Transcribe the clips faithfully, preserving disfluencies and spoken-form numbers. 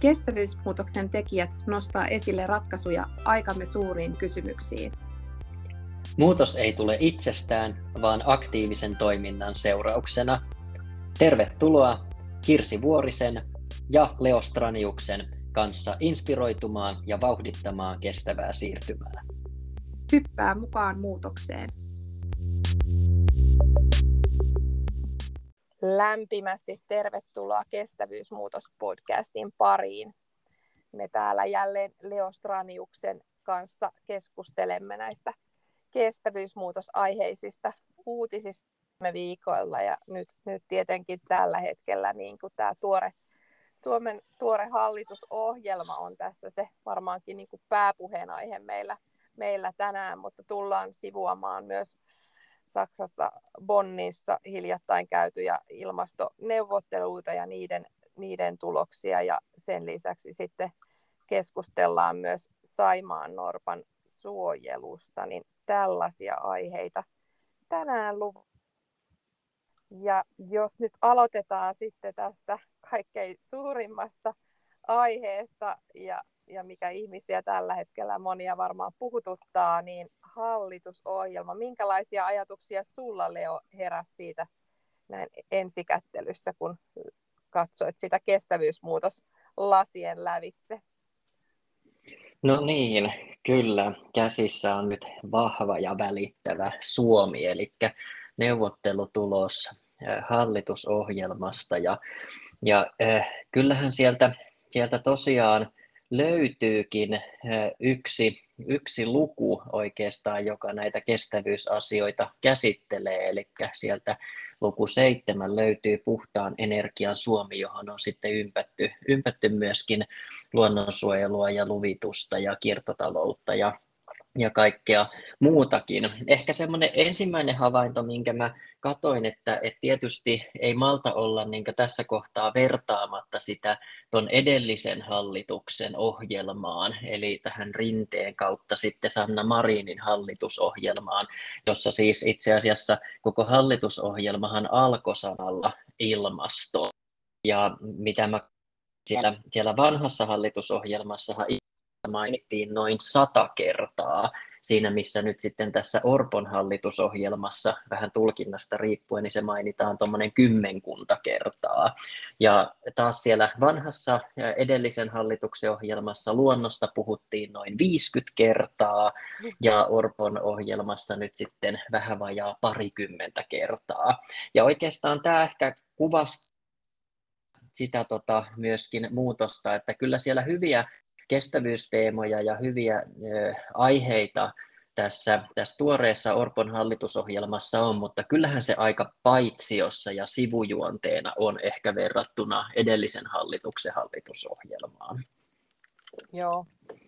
Kestävyysmuutoksen tekijät nostaa esille ratkaisuja aikamme suuriin kysymyksiin. Muutos ei tule itsestään, vaan aktiivisen toiminnan seurauksena. Tervetuloa Kirsi Vuorisen ja Leo Straniuksen kanssa inspiroitumaan ja vauhdittamaan kestävää siirtymää. Hyppää mukaan muutokseen. Lämpimästi tervetuloa Kestävyysmuutos-podcastin pariin. Me täällä jälleen Leo Straniuksen kanssa keskustelemme näistä kestävyysmuutosaiheisista uutisista viime viikoilla. Ja nyt, nyt tietenkin tällä hetkellä niin kuin tämä tuore, Suomen tuore hallitusohjelma on tässä se varmaankin niin kuin pääpuheenaihe meillä, meillä tänään, mutta tullaan sivuamaan myös Saksassa Bonnissa hiljattain käytyjä ilmastoneuvotteluita ja niiden, niiden tuloksia, ja sen lisäksi sitten keskustellaan myös Saimaannorpan suojelusta, niin tällaisia aiheita tänään luvulla. Ja jos nyt aloitetaan sitten tästä kaikkein suurimmasta aiheesta ja, ja mikä ihmisiä tällä hetkellä monia varmaan puhututtaa, niin hallitusohjelma. Minkälaisia ajatuksia sulla, Leo, heräsi siitä näin ensikättelyssä, kun katsoit sitä kestävyysmuutoslasien lävitse? No niin, kyllä. Käsissä on nyt vahva ja välittävä Suomi, eli neuvottelutulos hallitusohjelmasta. Ja, ja äh, kyllähän sieltä, sieltä tosiaan löytyykin äh, yksi, yksi luku oikeastaan, joka näitä kestävyysasioita käsittelee, eli sieltä luku seitsemän löytyy puhtaan energian Suomi, johon on sitten ympätty, ympätty myöskin luonnonsuojelua ja luvitusta ja kiertotaloutta ja, ja kaikkea muutakin. Ehkä semmoinen ensimmäinen havainto, minkä mä katoin, että, että tietysti ei malta olla niin tässä kohtaa vertaamatta sitä ton edellisen hallituksen ohjelmaan, eli tähän Rinteen kautta sitten Sanna Marinin hallitusohjelmaan, jossa siis itse asiassa koko hallitusohjelmahan alkoi sanalla ilmasto. Ja mitä mä siellä, siellä vanhassa hallitusohjelmassahan mainittiin noin sata kertaa, siinä missä nyt sitten tässä Orpon hallitusohjelmassa vähän tulkinnasta riippuen, niin se mainitaan tuommoinen kymmenkunta kertaa. Ja taas siellä vanhassa edellisen hallituksen ohjelmassa luonnosta puhuttiin noin viisikymmentä kertaa, ja Orpon ohjelmassa nyt sitten vähän vajaa parikymmentä kertaa. Ja oikeastaan tämä ehkä kuvastaa sitä tota, myöskin muutosta, että kyllä siellä hyviä kestävyysteemoja ja hyviä ö, aiheita tässä, tässä tuoreessa Orpon hallitusohjelmassa on, mutta kyllähän se aika paitsiossa ja sivujuonteena on ehkä verrattuna edellisen hallituksen hallitusohjelmaan. Joo.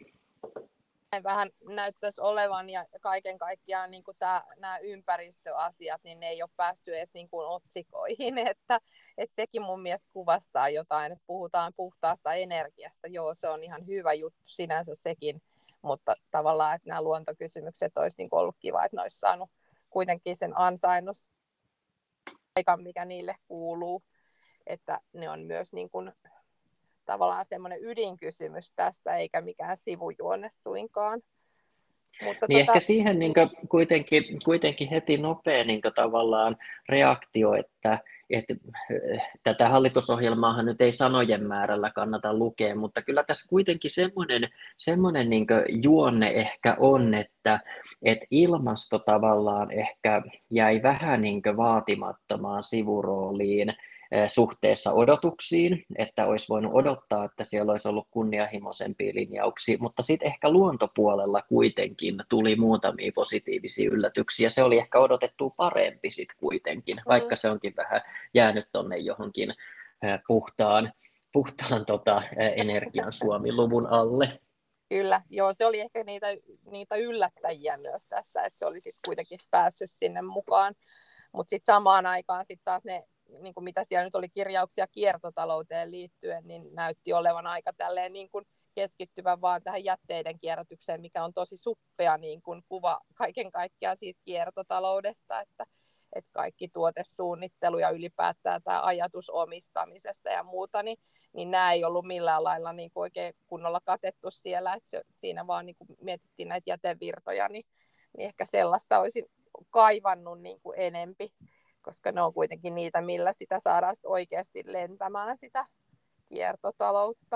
Vähän näyttäisi olevan, ja kaiken kaikkiaan niin kuin tämä, nämä ympäristöasiat, niin ne ei ole päässyt edes niin kuin otsikoihin, että, että sekin mun mielestä kuvastaa jotain, että puhutaan puhtaasta energiasta. Joo, se on ihan hyvä juttu sinänsä sekin, mutta tavallaan, että nämä luontokysymykset olisi niin kuin ollut kiva, että ne olisi saanut kuitenkin sen ansainnus aikan, mikä niille kuuluu, että ne on myös niin kuin tavallaan semmoinen ydinkysymys tässä, eikä mikään sivujuonne suinkaan. Mutta niin tota... ehkä siihen niin kuitenkin, kuitenkin heti nopea niin tavallaan reaktio, että, että tätä hallitusohjelmaahan nyt ei sanojen määrällä kannata lukea, mutta kyllä tässä kuitenkin semmoinen, semmoinen niin juonne ehkä on, että, että ilmasto tavallaan ehkä jäi vähän niin vaatimattomaan sivurooliin suhteessa odotuksiin, että olisi voinut odottaa, että siellä olisi ollut kunnianhimoisempia linjauksia, mutta sitten ehkä luontopuolella kuitenkin tuli muutamia positiivisia yllätyksiä. Se oli ehkä odotettu parempi sitten kuitenkin, vaikka se onkin vähän jäänyt tuonne johonkin puhtaan, puhtaan tota, energian Suomi-luvun alle. Kyllä, joo, se oli ehkä niitä, niitä yllättäjiä myös tässä, että se oli sitten kuitenkin päässyt sinne mukaan, mutta sitten samaan aikaan sitten taas ne, niin kuin mitä siellä nyt oli kirjauksia kiertotalouteen liittyen, niin näytti olevan aika tälleen niin kuin keskittyvän vaan tähän jätteiden kierrätykseen, mikä on tosi suppea niin kuin kuva kaiken kaikkiaan siitä kiertotaloudesta, että, että kaikki tuotesuunnittelu ja ylipäätään tämä ajatus omistamisesta ja muuta, niin, niin nämä ei ollut millään lailla niin kuin oikein kunnolla katettu siellä, että se, siinä vaan niin kuin mietittiin näitä jätevirtoja, niin, niin ehkä sellaista olisin kaivannut niin kuin enempi, koska ne on kuitenkin niitä, millä sitä saadaan oikeasti lentämään sitä kiertotaloutta,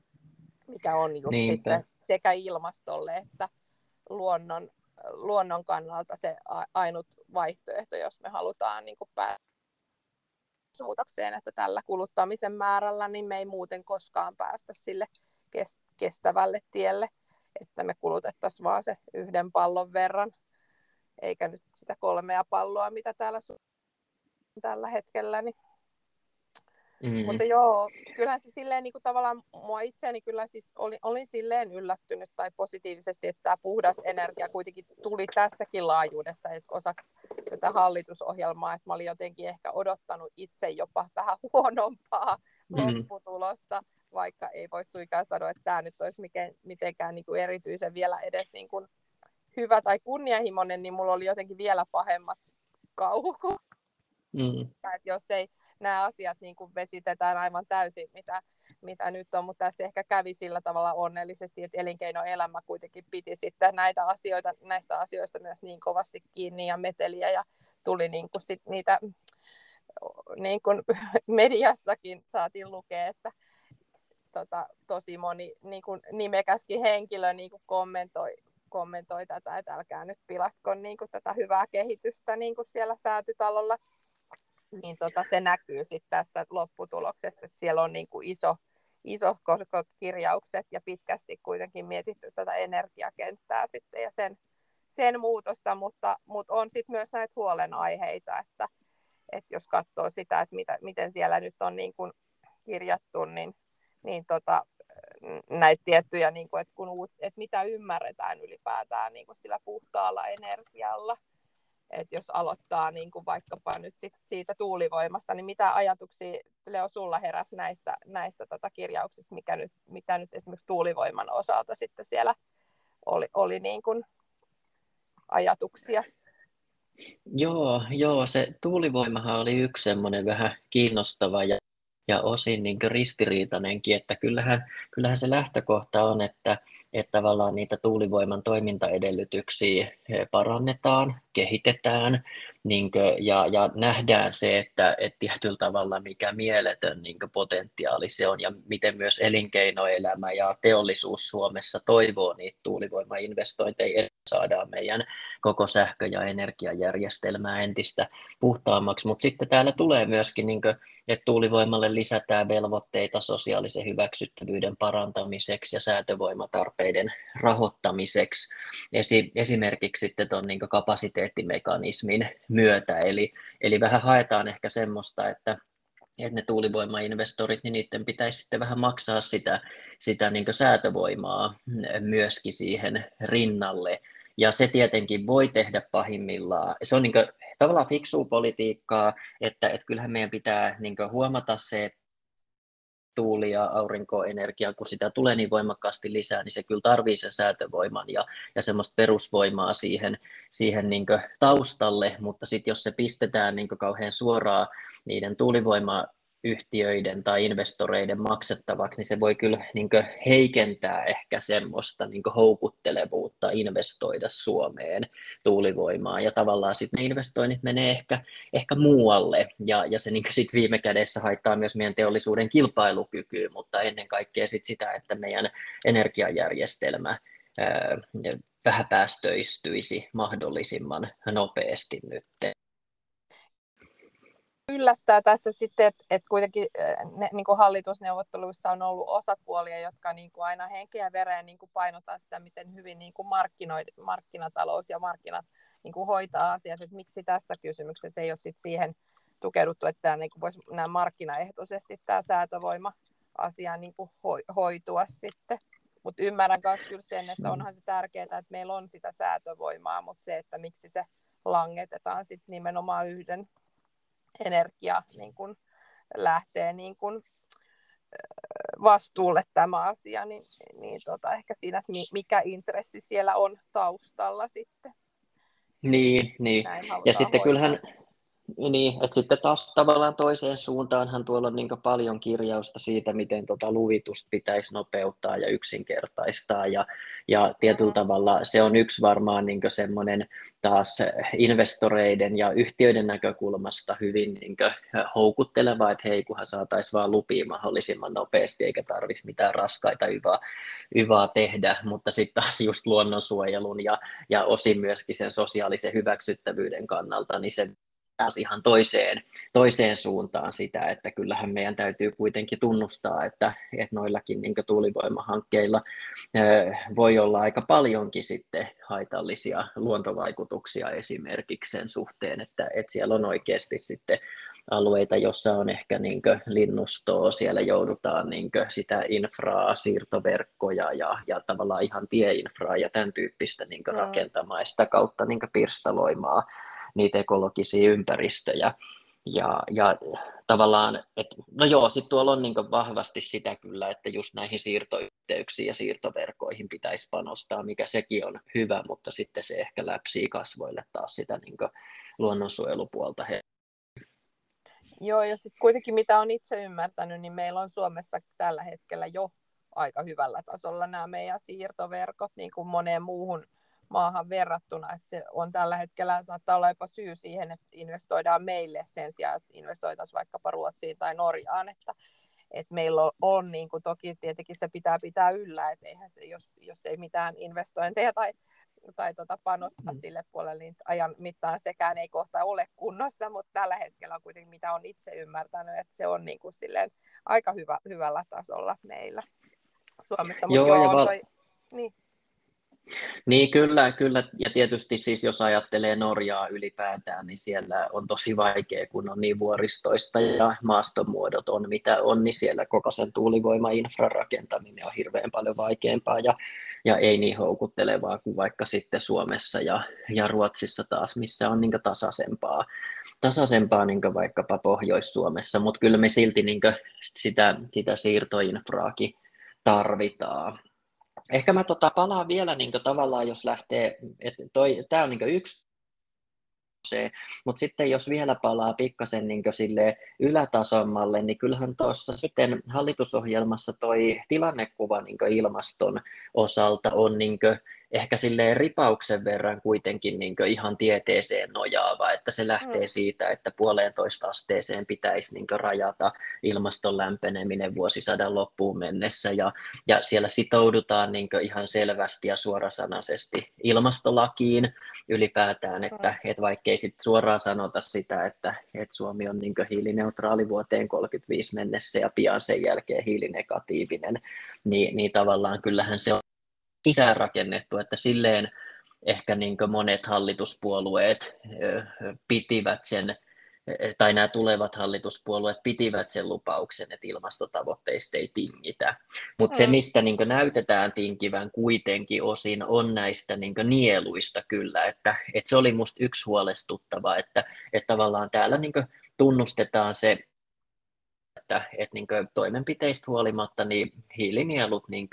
mikä on just Niinpä. sitten sekä ilmastolle että luonnon, luonnon kannalta se ainut vaihtoehto, jos me halutaan niin kuin päästä muutokseen, että tällä kuluttamisen määrällä niin me ei muuten koskaan päästä sille kestävälle tielle, että me kulutettaisiin vaan se yhden pallon verran, eikä nyt sitä kolmea palloa, mitä täällä tällä hetkellä. Niin. Mm-hmm. Mutta joo, kyllähän se silleen niin kuin tavallaan mua itseäni kyllä siis olin, olin silleen yllättynyt tai positiivisesti, että tämä puhdas energia kuitenkin tuli tässäkin laajuudessa edes osaksi tätä hallitusohjelmaa, että mä olin jotenkin ehkä odottanut itse jopa vähän huonompaa mm-hmm. lopputulosta, vaikka ei voi suinkaan sanoa, että tämä nyt olisi mitenkään niin kuin erityisen vielä edes niin kuin hyvä tai kunnianhimoinen, niin mulla oli jotenkin vielä pahemmat kauhukot. Mm. Että jos ei nämä asiat niin kuin vesitetään aivan täysin, mitä, mitä nyt on, mutta tässä ehkä kävi sillä tavalla onnellisesti, että elinkeinoelämä kuitenkin piti sitten näitä asioita, näistä asioista myös niin kovasti kiinni ja meteliä ja tuli niin kuin sit niitä niin kuin mediassakin saatiin lukea, että tota, tosi moni niin kuin nimekäskin henkilö niin kuin kommentoi, kommentoi tätä, että älkää nyt pilatko niin kuin tätä hyvää kehitystä niin kuin siellä Säätytalolla. Niin tota, se näkyy sitten tässä lopputuloksessa, että siellä on niin kuin iso, isot kirjaukset ja pitkästi kuitenkin mietitty tätä energiakenttää sitten ja sen, sen muutosta, mutta, mutta on sitten myös näitä huolenaiheita, että, että jos katsoo sitä, että mitä, miten siellä nyt on niin kuin kirjattu, niin, niin tota, näitä tiettyjä, niin kuin, että, kun uusi, että mitä ymmärretään ylipäätään niin kuin sillä puhtaalla energialla. Että jos aloittaa niin kuin vaikkapa nyt sit siitä tuulivoimasta, niin mitä ajatuksia, Leo, sulla heräsi näistä, näistä tota kirjauksista, mikä nyt, mitä nyt esimerkiksi tuulivoiman osalta sitten siellä oli, oli niin kuin ajatuksia? Joo, joo, se tuulivoimahan oli yksi semmoinen vähän kiinnostava ja, ja osin niin kuin ristiriitainenkin, että kyllähän, kyllähän se lähtökohta on, että että tavallaan niitä tuulivoiman toimintaedellytyksiä parannetaan, kehitetään niin kuin, ja, ja nähdään se, että, että tietyllä tavalla mikä mieletön niin kuin potentiaali se on ja miten myös elinkeinoelämä ja teollisuus Suomessa toivoo niitä tuulivoimainvestointeja, että saadaan meidän koko sähkö- ja energiajärjestelmää entistä puhtaammaksi, mutta sitten täällä tulee myöskin niin kuin, että tuulivoimalle lisätään velvoitteita sosiaalisen hyväksyttävyyden parantamiseksi ja säätövoimatarpeiden rahoittamiseksi esimerkiksi sitten tuon niin kuin kapasiteettimekanismin myötä. Eli, eli vähän haetaan ehkä semmoista, että että ne tuulivoimainvestorit, niin niiden pitäisi sitten vähän maksaa sitä, sitä niin kuin säätövoimaa myöskin siihen rinnalle. Ja se tietenkin voi tehdä pahimmillaan. Se on niin kuin tavallaan fiksua politiikkaa, että, että kyllähän meidän pitää niin kuin huomata se, että tuuli- ja aurinkoenergia, kun sitä tulee niin voimakkaasti lisää, niin se kyllä tarvii sen säätövoiman ja, ja semmoista perusvoimaa siihen, siihen niin kuin taustalle, mutta sitten jos se pistetään niin kuin kauhean suoraan niiden tuulivoimayhtiöiden tai investoreiden maksettavaksi, niin se voi kyllä niin kuin heikentää ehkä semmoista niin kuin houkuttelevuutta investoida Suomeen tuulivoimaan, ja tavallaan sitten ne investoinnit menee ehkä, ehkä muualle, ja, ja se niin kuin sit viime kädessä haittaa myös meidän teollisuuden kilpailukykyä, mutta ennen kaikkea sit sitä, että meidän energiajärjestelmä ää, vähäpäästöistyisi mahdollisimman nopeasti nyt. Yllättää tässä sitten, että, että kuitenkin ne, niin kuin hallitusneuvotteluissa on ollut osapuolia, jotka niin kuin aina henkeä ja vereen niin kuin painottaa sitä, miten hyvin niin kuin markkinatalous ja markkinat niin kuin hoitaa asiat, että miksi tässä kysymyksessä ei ole sit siihen tukeuduttu, että tämä niin kuin voisi nämä markkinaehtoisesti tämä säätövoima-asia niin kuin hoitua sitten. Mutta ymmärrän myös kyllä sen, että onhan se tärkeää, että meillä on sitä säätövoimaa, mutta se, että miksi se langetetaan sitten nimenomaan yhden energia niin kun lähtee niin kun vastuulle tämä asia, niin, niin tota, ehkä siinä, että mikä intressi siellä on taustalla sitten. Niin, niin. Ja sitten kyllähän, Niin, että sitten taas tavallaan toiseen suuntaanhan tuolla on niin paljon kirjausta siitä, miten tota luvitusta pitäisi nopeuttaa ja yksinkertaistaa, ja, ja tietyllä Mm. tavalla se on yksi varmaan niin semmoinen taas investoreiden ja yhtiöiden näkökulmasta hyvin niin houkutteleva, että hei, kunhan saataisiin vaan lupia mahdollisimman nopeasti, eikä tarvitsisi mitään raskaita yvaa, yvaa tehdä, mutta sitten taas just luonnonsuojelun ja, ja osin myöskin sen sosiaalisen hyväksyttävyyden kannalta, niin se taas ihan toiseen, toiseen suuntaan sitä, että kyllähän meidän täytyy kuitenkin tunnustaa, että, että noillakin niin tuulivoimahankkeilla voi olla aika paljonkin sitten haitallisia luontovaikutuksia esimerkiksi sen suhteen, että, että siellä on oikeasti sitten alueita, jossa on ehkä niin linnustoa, siellä joudutaan niin sitä infraa, siirtoverkkoja ja, ja tavallaan ihan tieinfraa ja tämän tyyppistä niin rakentamaan ja sitä kautta niin pirstaloimaan niitä ekologisia ympäristöjä. Ja, ja tavallaan, et, no joo, sitten tuolla on niin vahvasti sitä kyllä, että just näihin siirtoyhteyksiin ja siirtoverkoihin pitäisi panostaa, mikä sekin on hyvä, mutta sitten se ehkä läpsii kasvoille taas sitä niin luonnonsuojelupuolta. Joo, ja sitten kuitenkin mitä on itse ymmärtänyt, niin meillä on Suomessa tällä hetkellä jo aika hyvällä tasolla nämä meidän siirtoverkot, niin kuin moneen muuhun maahan verrattuna. Että se on tällä hetkellä, saattaa olla jopa syy siihen, että investoidaan meille sen sijaan, että investoitaisiin vaikkapa Ruotsiin tai Norjaan, että, että meillä on, on niin kuin toki tietenkin se pitää pitää yllä, että eihän se, jos, jos ei mitään investointeja tai tai tuota panosta mm. sille puolelle, niin ajan mittaan sekään ei kohta ole kunnossa, mutta tällä hetkellä kuitenkin mitä on itse ymmärtänyt, että se on niin kuin silleen aika hyvä, hyvällä tasolla meillä Suomessa. Mut joo, joo, ja val... toi... niin. Niin kyllä, kyllä, ja tietysti siis jos ajattelee Norjaa ylipäätään, niin siellä on tosi vaikea, kun on niin vuoristoista ja maastomuodot on mitä on, niin siellä koko sen tuulivoima-infran rakentaminen on hirveän paljon vaikeampaa ja, ja ei niin houkuttelevaa kuin vaikka sitten Suomessa ja, ja Ruotsissa taas, missä on niin tasaisempaa, tasaisempaa niin vaikkapa Pohjois-Suomessa, mutta kyllä me silti niin sitä, sitä siirtoinfraakin tarvitaan. Ehkä mä tota palaan vielä niin tavallaan, jos lähtee, että tämä on niin yksi se, mutta sitten jos vielä palaa pikkasen niin sille ylätasommalle, niin kyllähän tuossa sitten hallitusohjelmassa toi tilannekuva niin ilmaston osalta on niin ehkä silleen ripauksen verran kuitenkin niin ihan tieteeseen nojaava, että se lähtee mm. siitä, että puoleentoista asteeseen pitäisi niin rajata ilmaston lämpeneminen vuosisadan loppuun mennessä, ja, ja siellä sitoudutaan niin ihan selvästi ja suorasanaisesti ilmastolakiin ylipäätään, että, mm. että vaikkei sit suoraan sanota sitä, että, että Suomi on niin hiilineutraali vuoteen kolmekymmentäviisi mennessä ja pian sen jälkeen hiilinegatiivinen, niin, niin tavallaan kyllähän se on sisäänrakennettu, että silleen ehkä niin monet hallituspuolueet pitivät sen, tai nämä tulevat hallituspuolueet pitivät sen lupauksen, että ilmastotavoitteista ei tingitä. Mutta mm. se, mistä niin näytetään tinkivän kuitenkin osin, on näistä niin nieluista kyllä, että, että se oli musta yksi huolestuttava, että, että tavallaan täällä niin tunnustetaan se, että, että niin toimenpiteistä huolimatta niin hiilinielut niin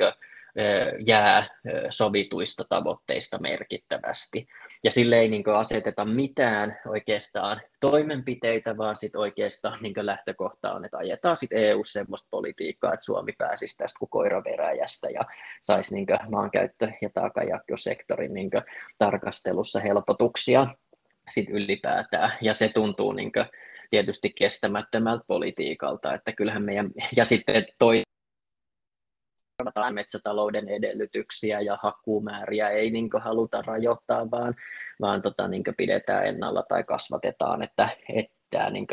jää sovituista tavoitteista merkittävästi. Ja sille ei niin aseteta mitään oikeastaan toimenpiteitä, vaan sit oikeastaan niin lähtökohta on, että ajetaan sit E U semmoista politiikkaa, että Suomi pääsisi tästä kuin koira veräjästä ja saisi niin maankäyttö- ja taakanjakosektorin niin tarkastelussa helpotuksia sit ylipäätään. Ja se tuntuu niin tietysti kestämättömältä politiikalta, että kyllähän meidän, ja sitten toi metsätalouden edellytyksiä ja hakkuumääriä ei niin haluta rajoittaa, vaan, vaan tota, niin pidetään ennalla tai kasvatetaan, että, että niin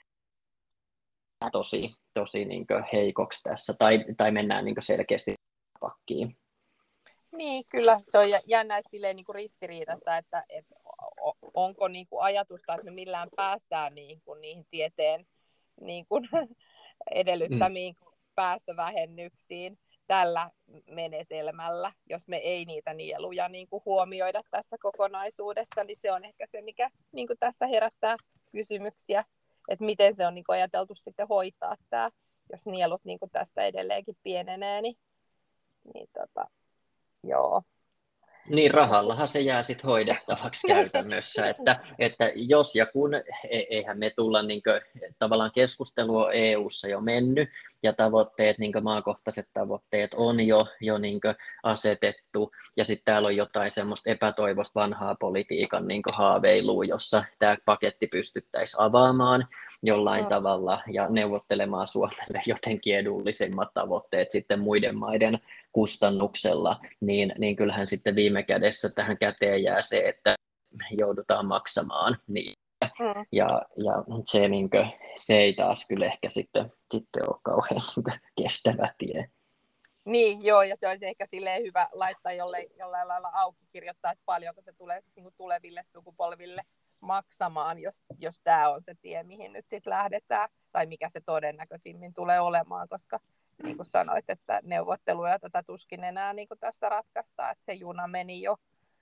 tosi, tosi niin heikoksi tässä, tai, tai mennään niin selkeästi pakkiin. Niin, kyllä se on jännä silleen niin kuin ristiriitasta, että, että onko niin kuin ajatusta, että me millään päästään niin kuin niihin tieteen niin kuin edellyttämiin mm. päästövähennyksiin tällä menetelmällä, jos me ei niitä nieluja niin kuin huomioida tässä kokonaisuudessa, niin se on ehkä se, mikä niin kuin tässä herättää kysymyksiä, että miten se on niin kuin ajateltu sitten hoitaa tämä, jos nielut niin kuin tästä edelleenkin pienenee, niin, niin tota, joo. Niin rahallahan se jää sitten hoidettavaksi käytännössä, että, että jos ja kun, e- eihän me tulla niin kuin, tavallaan keskustelu on E U:ssa jo mennyt ja tavoitteet, niin kuin maakohtaiset tavoitteet on jo, jo niin kuin asetettu ja sitten täällä on jotain semmoista epätoivoista vanhaa politiikan niin kuin haaveilua, jossa tämä paketti pystyttäisiin avaamaan jollain Mm. tavalla ja neuvottelemaan Suomelle jotenkin edullisemmat tavoitteet sitten muiden maiden kustannuksella, niin, niin kyllähän sitten viime kädessä tähän käteen jää se, että joudutaan maksamaan niitä. Mm. Ja, ja se, niin kuin, se ei taas kyllä ehkä sitten, sitten ole kauhean niin kestävä tie. Niin, joo, ja se olisi ehkä silleen hyvä laittaa jollain, jollain lailla auki, kirjoittaa, että paljonko se tulee sit niinku tuleville sukupolville maksamaan, jos, jos tämä on se tie, mihin nyt sitten lähdetään, tai mikä se todennäköisimmin tulee olemaan, koska niin kuin sanoit, että neuvotteluja tätä tuskin enää niin kuin tästä ratkaistaan, että se juna meni jo.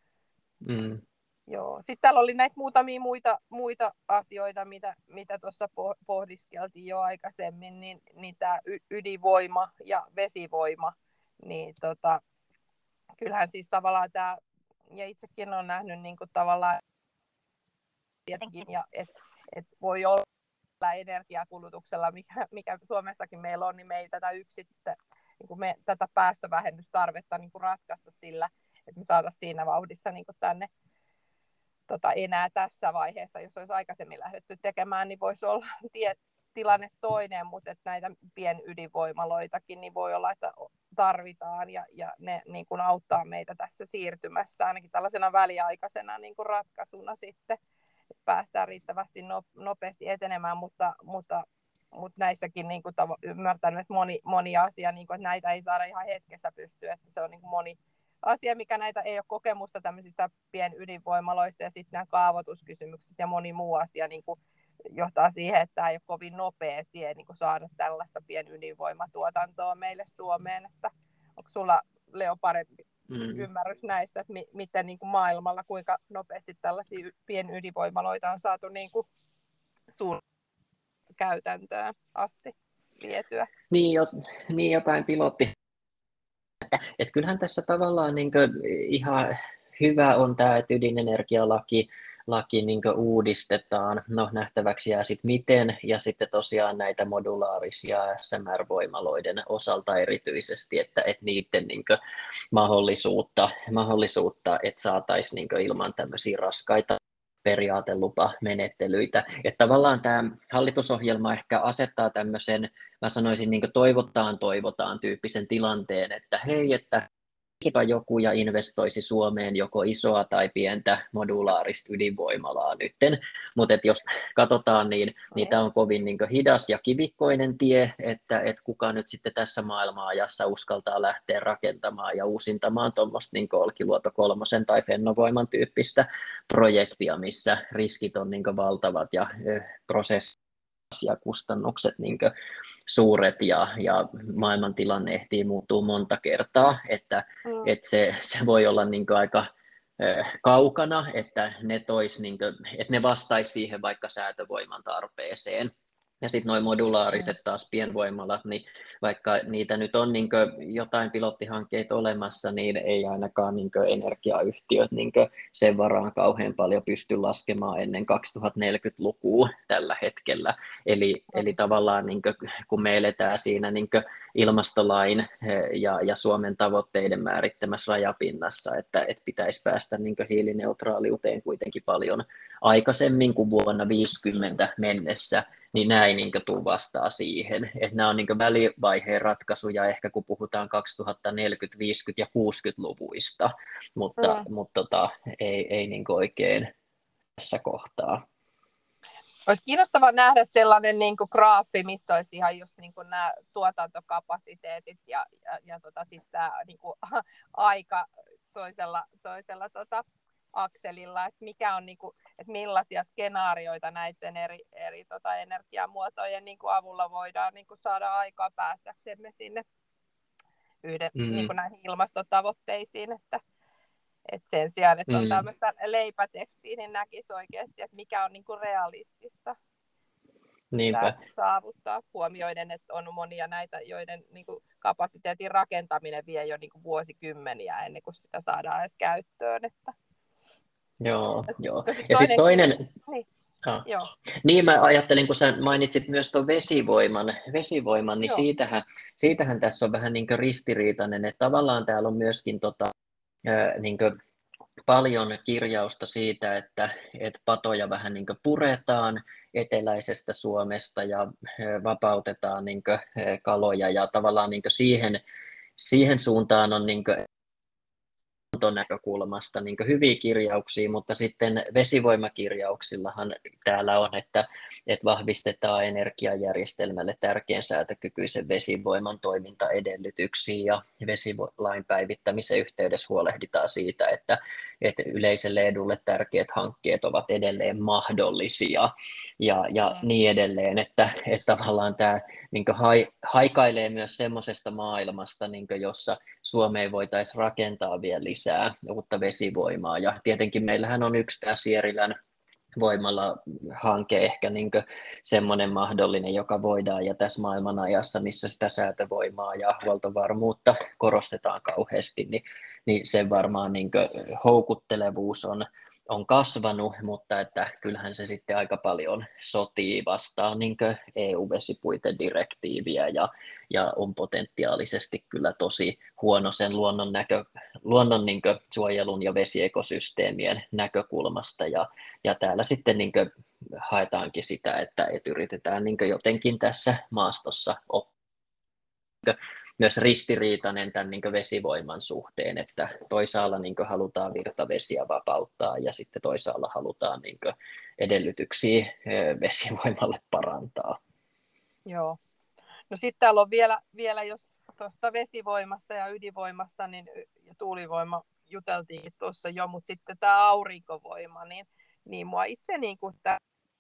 Mm. Joo. Sitten täällä oli näitä muutamia muita, muita asioita, mitä, mitä tuossa pohdiskeltiin jo aikaisemmin, niin, niin tämä ydinvoima ja vesivoima, niin tota, kyllähän siis tavallaan tämä, ja itsekin olen nähnyt niin kuin tavallaan tietenkin, ja et, et voi olla energiakulutuksella, mikä, mikä Suomessakin meillä on, niin me ei tätä yksittä, niin kuin me tätä päästövähennystarvetta niin kuin ratkaista sillä, että me saataisiin siinä vauhdissa niin kuin tänne Tota, enää tässä vaiheessa, jos olisi aikaisemmin lähdetty tekemään, niin voisi olla tie, tilanne toinen, mutta että näitä pienydinvoimaloitakin niin voi olla, että tarvitaan ja, ja ne niin kuin auttaa meitä tässä siirtymässä ainakin tällaisena väliaikaisena niin kuin ratkaisuna sitten, että päästään riittävästi no, nopeasti etenemään, mutta, mutta, mutta näissäkin niin kuin tavo- ymmärtänyt, että moni, moni asia, niin kuin, että näitä ei saada ihan hetkessä pystyä, että se on niin kuin moni asia, mikä näitä ei ole kokemusta tämmöisistä pienydinvoimaloista ja sitten nämä kaavoituskysymykset ja moni muu asia niin kuin johtaa siihen, että tämä ei ole kovin nopea tie niin kuin saada tällaista pienydinvoimatuotantoa meille Suomeen. Että onko sulla, Leo, parempi mm. ymmärrys näistä, että mi- miten niin kuin maailmalla, kuinka nopeasti tällaisia pienydinvoimaloita on saatu niin kuin suur- käytäntöön asti vietyä? Niin, jo, niin jotain pilotti. Et kyllähän tässä tavallaan niin kuin ihan hyvä on tämä, että ydinenergialaki laki niin kuin uudistetaan. No nähtäväksi jää sitten miten, ja sitten tosiaan näitä modulaarisia S M R-voimaloiden osalta erityisesti, että, että niiden niin kuin mahdollisuutta, mahdollisuutta, että saataisiin niin kuin ilman tämmöisiä raskaita periaatelupamenettelyitä. Että tavallaan tämä hallitusohjelma ehkä asettaa tämmöisen, mä sanoisin niin kuin toivotaan, toivotaan tyyppisen tilanteen, että hei, että joku ja investoisi Suomeen joko isoa tai pientä modulaarista ydinvoimalaa nytten, mutta jos katsotaan, niin, niin tämä on kovin niin kuin hidas ja kivikkoinen tie, että, että kuka nyt sitten tässä maailmanajassa uskaltaa lähteä rakentamaan ja uusintamaan tuommoista niin Olkiluoto kolmosen tai Fennovoiman tyyppistä projektia, missä riskit on niin kuin valtavat ja prosessi ja kustannukset niin kuin suuret ja, ja maailmantilanne ehtii muuttuu monta kertaa, että, mm. että se, se voi olla niin kuin aika äh, kaukana, että ne, tois, niin kuin, että ne vastaisi siihen vaikka säätövoiman tarpeeseen. Ja sitten nuo modulaariset taas pienvoimalat, niin vaikka niitä nyt on niin kuin jotain pilottihankkeita olemassa, niin ei ainakaan niin kuin energiayhtiöt niin kuin sen varaan kauhean paljon pysty laskemaan ennen kaksituhattaneljäkymmentälukua tällä hetkellä. Eli, eli tavallaan niin kuin, kun me eletään siinä niin kuin ilmastolain ja, ja Suomen tavoitteiden määrittämässä rajapinnassa, että, että pitäisi päästä niin kuin hiilineutraaliuteen kuitenkin paljon aikaisemmin kuin vuonna viisikymmentä mennessä, niin näin niin tuu vastaa siihen. Että nämä on niin välivaiheen ratkaisuja ehkä kun puhutaan kaksituhattaneljäkymmentä, viisikymmentä ja kuusikymmentäluvuista, mutta, mm. mutta tota, ei, ei niin oikein tässä kohtaa. Olisi kiinnostavaa nähdä sellainen niin kuin graafi, missä olisi ihan just niin kuin nämä tuotantokapasiteetit ja, ja, ja tota, sitten tämä niin kuin aika toisella, toisella tota, akselilla, että mikä on, niin kuin, että millaisia skenaarioita näiden eri, eri tota, energiamuotojen niin kuin avulla voidaan niin kuin saada aikaa päästäksemme sinne yhden, mm. niin kuin näihin ilmastotavoitteisiin, että et sen sijaan, että on mm. tämmöistä leipätekstiä, niin näkisi oikeasti, että mikä on niin kuin realistista saavuttaa huomioiden, että on monia näitä, joiden niin kuin kapasiteetin rakentaminen vie jo niin kuin vuosikymmeniä ennen kuin sitä saadaan edes käyttöön. Että... Joo, joo. No sit Ja sitten toinen... toinen, Niin. ah. Joo. Niin mä ajattelin, kun sä mainitsit myös tuon vesivoiman, vesivoiman niin siitähän, siitähän tässä on vähän niin kuin ristiriitainen, että tavallaan täällä on myöskin tota, ää, niin kuin paljon kirjausta siitä, että, että patoja vähän niin kuin puretaan eteläisestä Suomesta ja vapautetaan niin kuin kaloja ja tavallaan niin kuin siihen, siihen suuntaan on niin kuin näkökulmasta niin hyviä kirjauksia, mutta sitten vesivoimakirjauksillahan täällä on, että, että vahvistetaan energiajärjestelmälle tärkeän säätökykyisen vesivoiman toimintaedellytyksiä ja vesilain päivittämisen yhteydessä huolehditaan siitä, että, että yleiselle edulle tärkeät hankkeet ovat edelleen mahdollisia ja, ja mm. niin edelleen, että, että tavallaan tämä niin hai, haikailee myös semmoisesta maailmasta, niin jossa Suomeen voitaisiin rakentaa vielä lisää uutta vesivoimaa. Ja tietenkin meillähän on yksi tämä Sierilän voimala-hanke ehkä niin semmoinen mahdollinen, joka voidaan, ja tässä maailmanajassa, missä sitä säätövoimaa ja huoltovarmuutta korostetaan kauheasti, niin, niin sen varmaan niin houkuttelevuus on, on kasvanut, mutta että kyllähän se sitten aika paljon sotii vastaan niin E U-vesipuitedirektiiviä ja, ja on potentiaalisesti kyllä tosi huono sen luonnon, näkö, luonnon niin suojelun ja vesiekosysteemien näkökulmasta. Ja, ja täällä sitten niin haetaankin sitä, että, että yritetään niin jotenkin tässä maastossa oppia myös ristiriitainen tämän niin vesivoiman suhteen, että toisaalla niin halutaan virtavesiä vapauttaa ja sitten toisaalla halutaan niin edellytyksiä vesivoimalle parantaa. Joo. No sitten täällä on vielä, vielä jos tuosta vesivoimasta ja ydinvoimasta niin, ja tuulivoima juteltiin tuossa jo, mutta sitten tämä aurinkovoima, niin, niin mua itse niin kuin tämä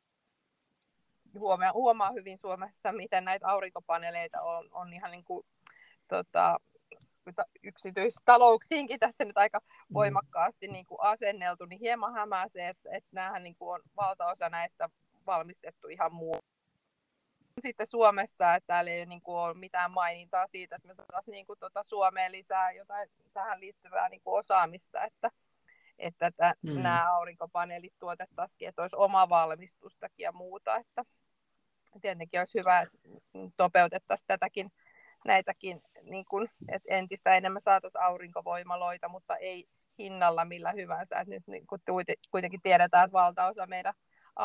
huomaa, huomaa hyvin Suomessa, miten näitä aurinkopaneeleita on, on ihan niin kuin Tota, yksityistalouksiinkin tässä nyt aika voimakkaasti niin kuin asenneltu, niin hieman hämää se, että, että näähän niin kuin on valtaosa näistä valmistettu ihan muu. Sitten Suomessa, että täällä ei niin kuin ole mitään mainintaa siitä, että me saataisiin niin kuin tuota Suomeen lisää jotain tähän liittyvää niin kuin osaamista, että, että, että mm. nämä aurinkopaneelit tuotettaisiin, että olisi oma valmistustakin ja muuta. Että tietenkin olisi hyvä, että nopeutettaisiin tätäkin näitäkin, niin kun, että entistä enemmän saataisiin aurinkovoimaloita, mutta ei hinnalla millä hyvänsä. Et nyt niin kun kuitenkin tiedetään, että valtaosa meidän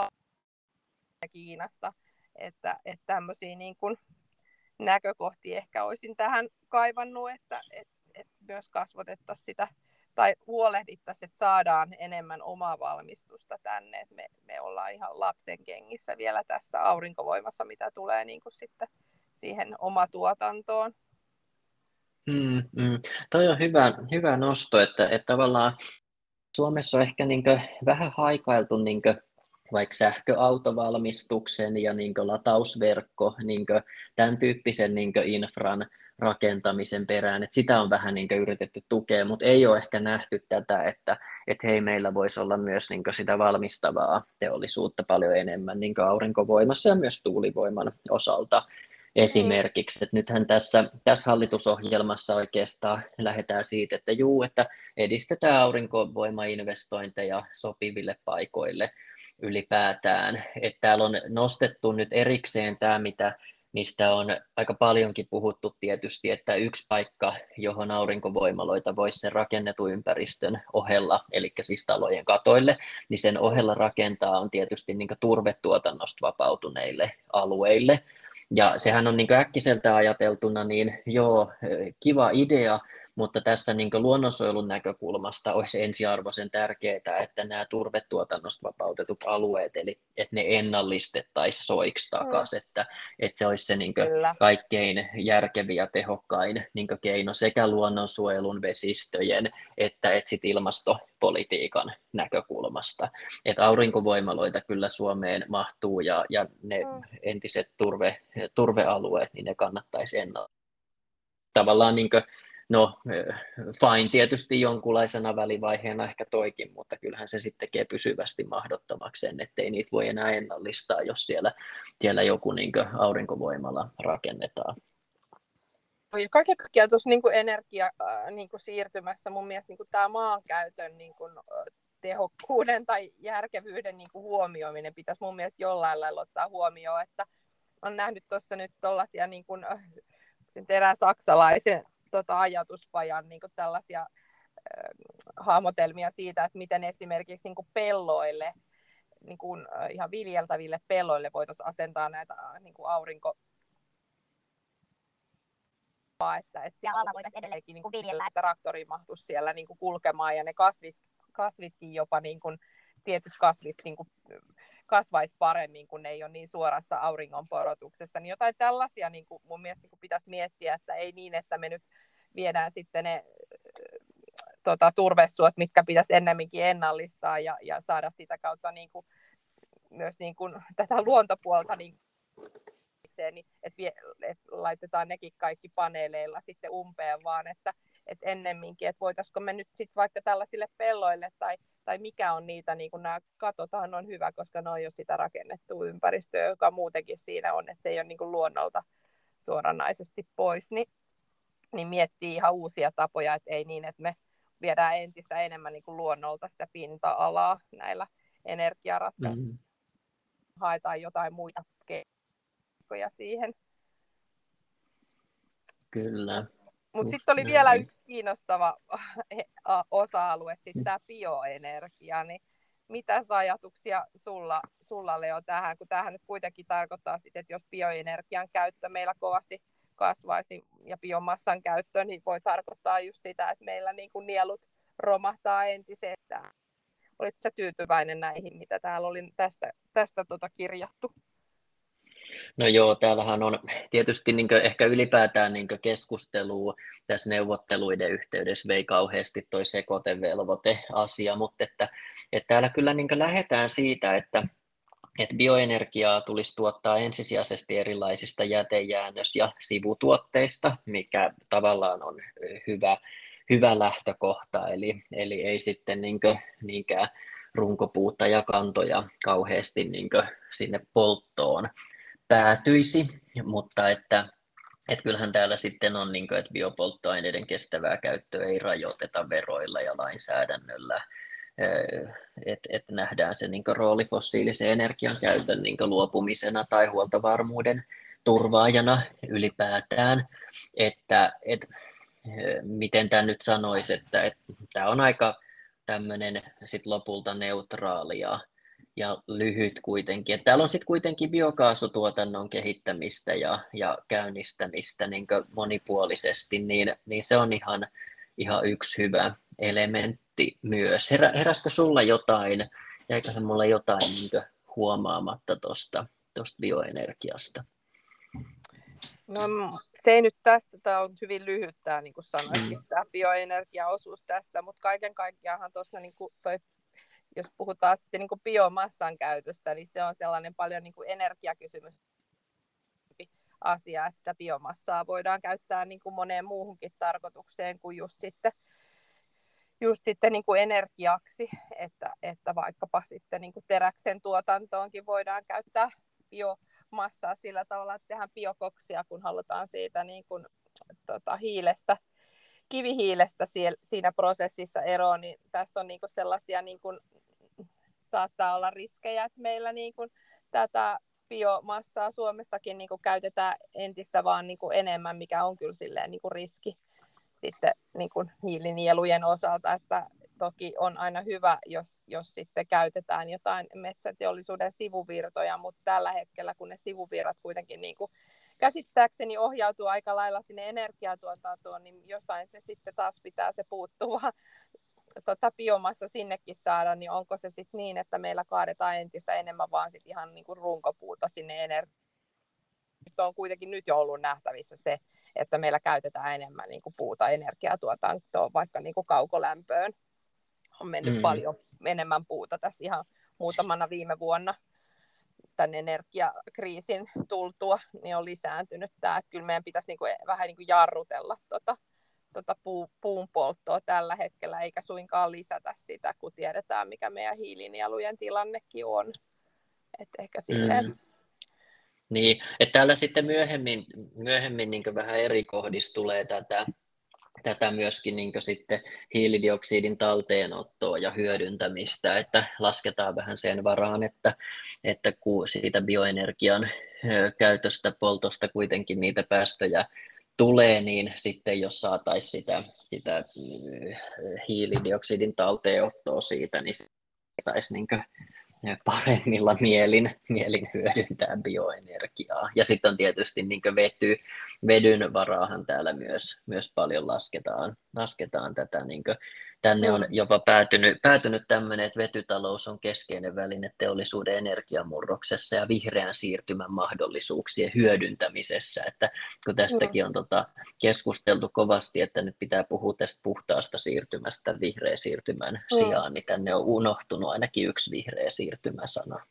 Kiinasta, että, että tämmöisiä niin kun näkökohtia ehkä olisin tähän kaivannut, että, että, että myös kasvatettaisiin sitä tai huolehdittaisiin, että saadaan enemmän omaa valmistusta tänne. Et me, me ollaan ihan lapsen kengissä vielä tässä aurinkovoimassa, mitä tulee niin kun sitten siihen omatuotantoon. Mm, mm. Toi on hyvä, hyvä nosto, että, että tavallaan Suomessa on ehkä niin vähän haikailtu niin vaikka sähköautovalmistuksen ja niin latausverkko, niin tämän tyyppisen niin infran rakentamisen perään, että sitä on vähän niin yritetty tukea, mutta ei ole ehkä nähty tätä, että, että hei, meillä voisi olla myös niin sitä valmistavaa teollisuutta paljon enemmän niin aurinkovoimassa ja myös tuulivoiman osalta. Esimerkiksi, että nythän tässä, tässä hallitusohjelmassa oikeastaan lähdetään siitä, että juu, että edistetään aurinkovoimainvestointeja sopiville paikoille ylipäätään. Että täällä on nostettu nyt erikseen tämä, mitä, mistä on aika paljonkin puhuttu tietysti, että yksi paikka, johon aurinkovoimaloita voisi sen rakennetun ympäristön ohella, eli siis talojen katoille, niin sen ohella rakentaa on tietysti niin kuin turvetuotannosta vapautuneille alueille. Ja sehän on niin äkkiseltä ajateltuna, niin joo, kiva idea, mutta tässä niin luonnonsuojelun näkökulmasta olisi ensiarvoisen tärkeää, että nämä turvetuotannosta vapautetut alueet, eli että ne ennallistettaisiin soiksi takaisin, mm. että, että se olisi se niin kaikkein järkevin ja tehokkain niin keino sekä luonnonsuojelun, vesistöjen että, että sit ilmastopolitiikan näkökulmasta. Että aurinkovoimaloita kyllä Suomeen mahtuu ja, ja ne mm. entiset turve, turvealueet, niin ne kannattaisi ennallistaa. Tavallaan niin kuin, no fine tietysti jonkunlaisena välivaiheena ehkä toikin, mutta kyllähän se sitten tekee pysyvästi mahdottomaksi sen, ettei niitä voi enää ennallistaa, jos siellä, siellä joku niin aurinkovoimala rakennetaan. kaiken kaikkiaan tuossa niin energia äh, niin kuin siirtymässä mun mielestä niin tämä maankäytön niin kuin, tehokkuuden tai järkevyyden niin kuin huomioiminen pitäisi mun mielestä jollain lailla ottaa huomioon, että on nähnyt tuossa nyt tuollaisia niin kuin, erään saksalaisen tota, ajatuspajan niin kuin tällaisia äh, hahmotelmia siitä, että miten esimerkiksi niin kuin pelloille, niin kuin, äh, ihan viljeltäville pelloille voitaisiin asentaa näitä äh, niin kuin aurinko että, että siellä alla voitaisiin edelleenkin niin kuin viljellä, että traktori mahtuisi siellä niin kuin kulkemaan ja ne kasvis, kasvitkin jopa niin kuin, tietyt kasvit niin kuin, kasvaisi paremmin, kun ne ei ole niin suorassa auringonporotuksessa. Niin jotain tällaisia niin kuin, mun mielestä niin kuin pitäisi miettiä, että ei niin, että me nyt viedään sitten ne tota, turvesuot, mitkä pitäisi ennemminkin ennallistaa ja, ja saada sitä kautta niin kuin, myös niin kuin, tätä luontopuolta niin niin että et laitetaan nekin kaikki paneeleilla sitten umpeen, vaan että et ennemminkin, että voitaisiko me nyt sitten vaikka tällaisille pelloille tai, tai mikä on niitä, niin kuin nämä katotaan on hyvä, koska ne on jo sitä rakennettua ympäristöä, joka muutenkin siinä on, että se ei ole niin kuin luonnolta suoranaisesti pois, niin, niin miettii ihan uusia tapoja, että ei niin, että me viedään entistä enemmän niin kuin luonnolta sitä pinta-alaa näillä energiaratkaisuilla, mm. haetaan jotain muita keinoja siihen. Kyllä. Mutta sitten oli näin. Vielä yksi kiinnostava osa-alue, sitten tämä bioenergia. Niin mitä ajatuksia sulla, sulla Leo tähän, kun tämähän nyt kuitenkin tarkoittaa sitten, että jos bioenergian käyttö meillä kovasti kasvaisi ja biomassan käyttö, niin voi tarkoittaa just sitä, että meillä niin kuin nielut romahtaa entisestään. Olitko sä tyytyväinen näihin, mitä täällä oli tästä, tästä tota kirjattu? No joo, täällähän on tietysti niin ehkä ylipäätään niin keskustelua tässä neuvotteluiden yhteydessä vei kauheasti toi sekoitevelvoite-asia, mutta että, että täällä kyllä niin lähdetään siitä, että, että bioenergiaa tulisi tuottaa ensisijaisesti erilaisista jätejäännös- ja sivutuotteista, mikä tavallaan on hyvä, hyvä lähtökohta, eli, eli ei sitten niin kuin, niinkään runkopuuta ja kantoja kauheasti niin sinne polttoon päätyisi, mutta että, että kyllähän täällä sitten on, niin kuin, että biopolttoaineiden kestävää käyttöä ei rajoiteta veroilla ja lainsäädännöllä, että et nähdään se niin kuin rooli fossiilisen energian käytön niin kuin luopumisena tai huoltovarmuuden turvaajana ylipäätään, että et, miten tämä nyt sanoisi, että, että tämä on aika tämmöinen sit lopulta neutraalia ja lyhyt kuitenkin. Että täällä on sitten kuitenkin biokaasutuotannon kehittämistä ja, ja käynnistämistä niin monipuolisesti, niin, niin se on ihan, ihan yksi hyvä elementti myös. Herä, heräskö sulla jotain, jäiköhän mulla jotain niin huomaamatta tuosta bioenergiasta? No se ei nyt tässä, tämä on hyvin lyhyt tämä, niin kuin sanoitkin, mm. tämä bioenergiaosuus tässä, mutta kaiken kaikkiaanhan tuossa niin kuin toi, jos puhutaan sitten niin kuin biomassan käytöstä, niin se on sellainen paljon niin kuin energiakysymys asia, että sitä biomassaa voidaan käyttää niin kuin moneen muuhunkin tarkoitukseen kuin just sitten, just sitten niin kuin energiaksi, että, että vaikkapa sitten niin kuin teräksen tuotantoonkin voidaan käyttää biomassaa sillä tavalla, että tehdään biokoksia, kun halutaan siitä niin kuin, tota, hiilestä, kivihiilestä siinä prosessissa eroon, niin tässä on niin kuin sellaisia niin kuin saattaa olla riskejä, että meillä niin kuin tätä biomassaa Suomessakin niin kuin käytetään entistä vaan niin kuin enemmän, mikä on kyllä silleen niin kuin riski sitten niin kuin hiilinielujen osalta, että toki on aina hyvä, jos, jos sitten käytetään jotain metsäteollisuuden sivuvirtoja, mutta tällä hetkellä, kun ne sivuvirrat kuitenkin niin kuin käsittääkseni ohjautuu aika lailla sinne energiatuotantoon, niin jostain se sitten taas pitää se puuttuva tota biomassa sinnekin saada, niin onko se sitten niin, että meillä kaadetaan entistä enemmän vaan sit ihan niin kuin runkopuuta sinne energiaan. On kuitenkin nyt jo ollut nähtävissä se, että meillä käytetään enemmän niin kuin puuta energiatuotantoon, vaikka niin kuin kaukolämpöön on mennyt mm. paljon enemmän puuta tässä ihan muutamana viime vuonna tämän energiakriisin tultua, niin on lisääntynyt tämä. Että kyllä meidän pitäisi niin kuin vähän niin kuin jarrutella tuota Tota puu, puun polttoa tällä hetkellä, eikä suinkaan lisätä sitä, kun tiedetään, mikä meidän hiilinielujen tilannekin on. Et ehkä silleen. Mm. Niin, että täällä sitten myöhemmin, myöhemmin niin vähän eri kohdissa tulee tätä, tätä myöskin niin sitten hiilidioksidin talteenottoa ja hyödyntämistä, että lasketaan vähän sen varaan, että, että kun siitä bioenergian käytöstä, poltosta kuitenkin niitä päästöjä tulee, niin sitten jos saataisiin sitä, sitä hiilidioksidin talteenottoa siitä, niin saataisiin niin paremmilla mielin, mielin hyödyntää bioenergiaa. Ja sitten on tietysti niin vety, vedyn varaahan täällä myös, myös paljon lasketaan, lasketaan tätä. Niin tänne on jopa päätynyt, päätynyt tämmöinen, että vetytalous on keskeinen väline teollisuuden energiamurroksessa ja vihreän siirtymän mahdollisuuksien hyödyntämisessä. Että kun tästäkin on tota, keskusteltu kovasti, että nyt pitää puhua tästä puhtaasta siirtymästä vihreän siirtymän sijaan, niin tänne on unohtunut ainakin yksi vihreä siirtymäsana.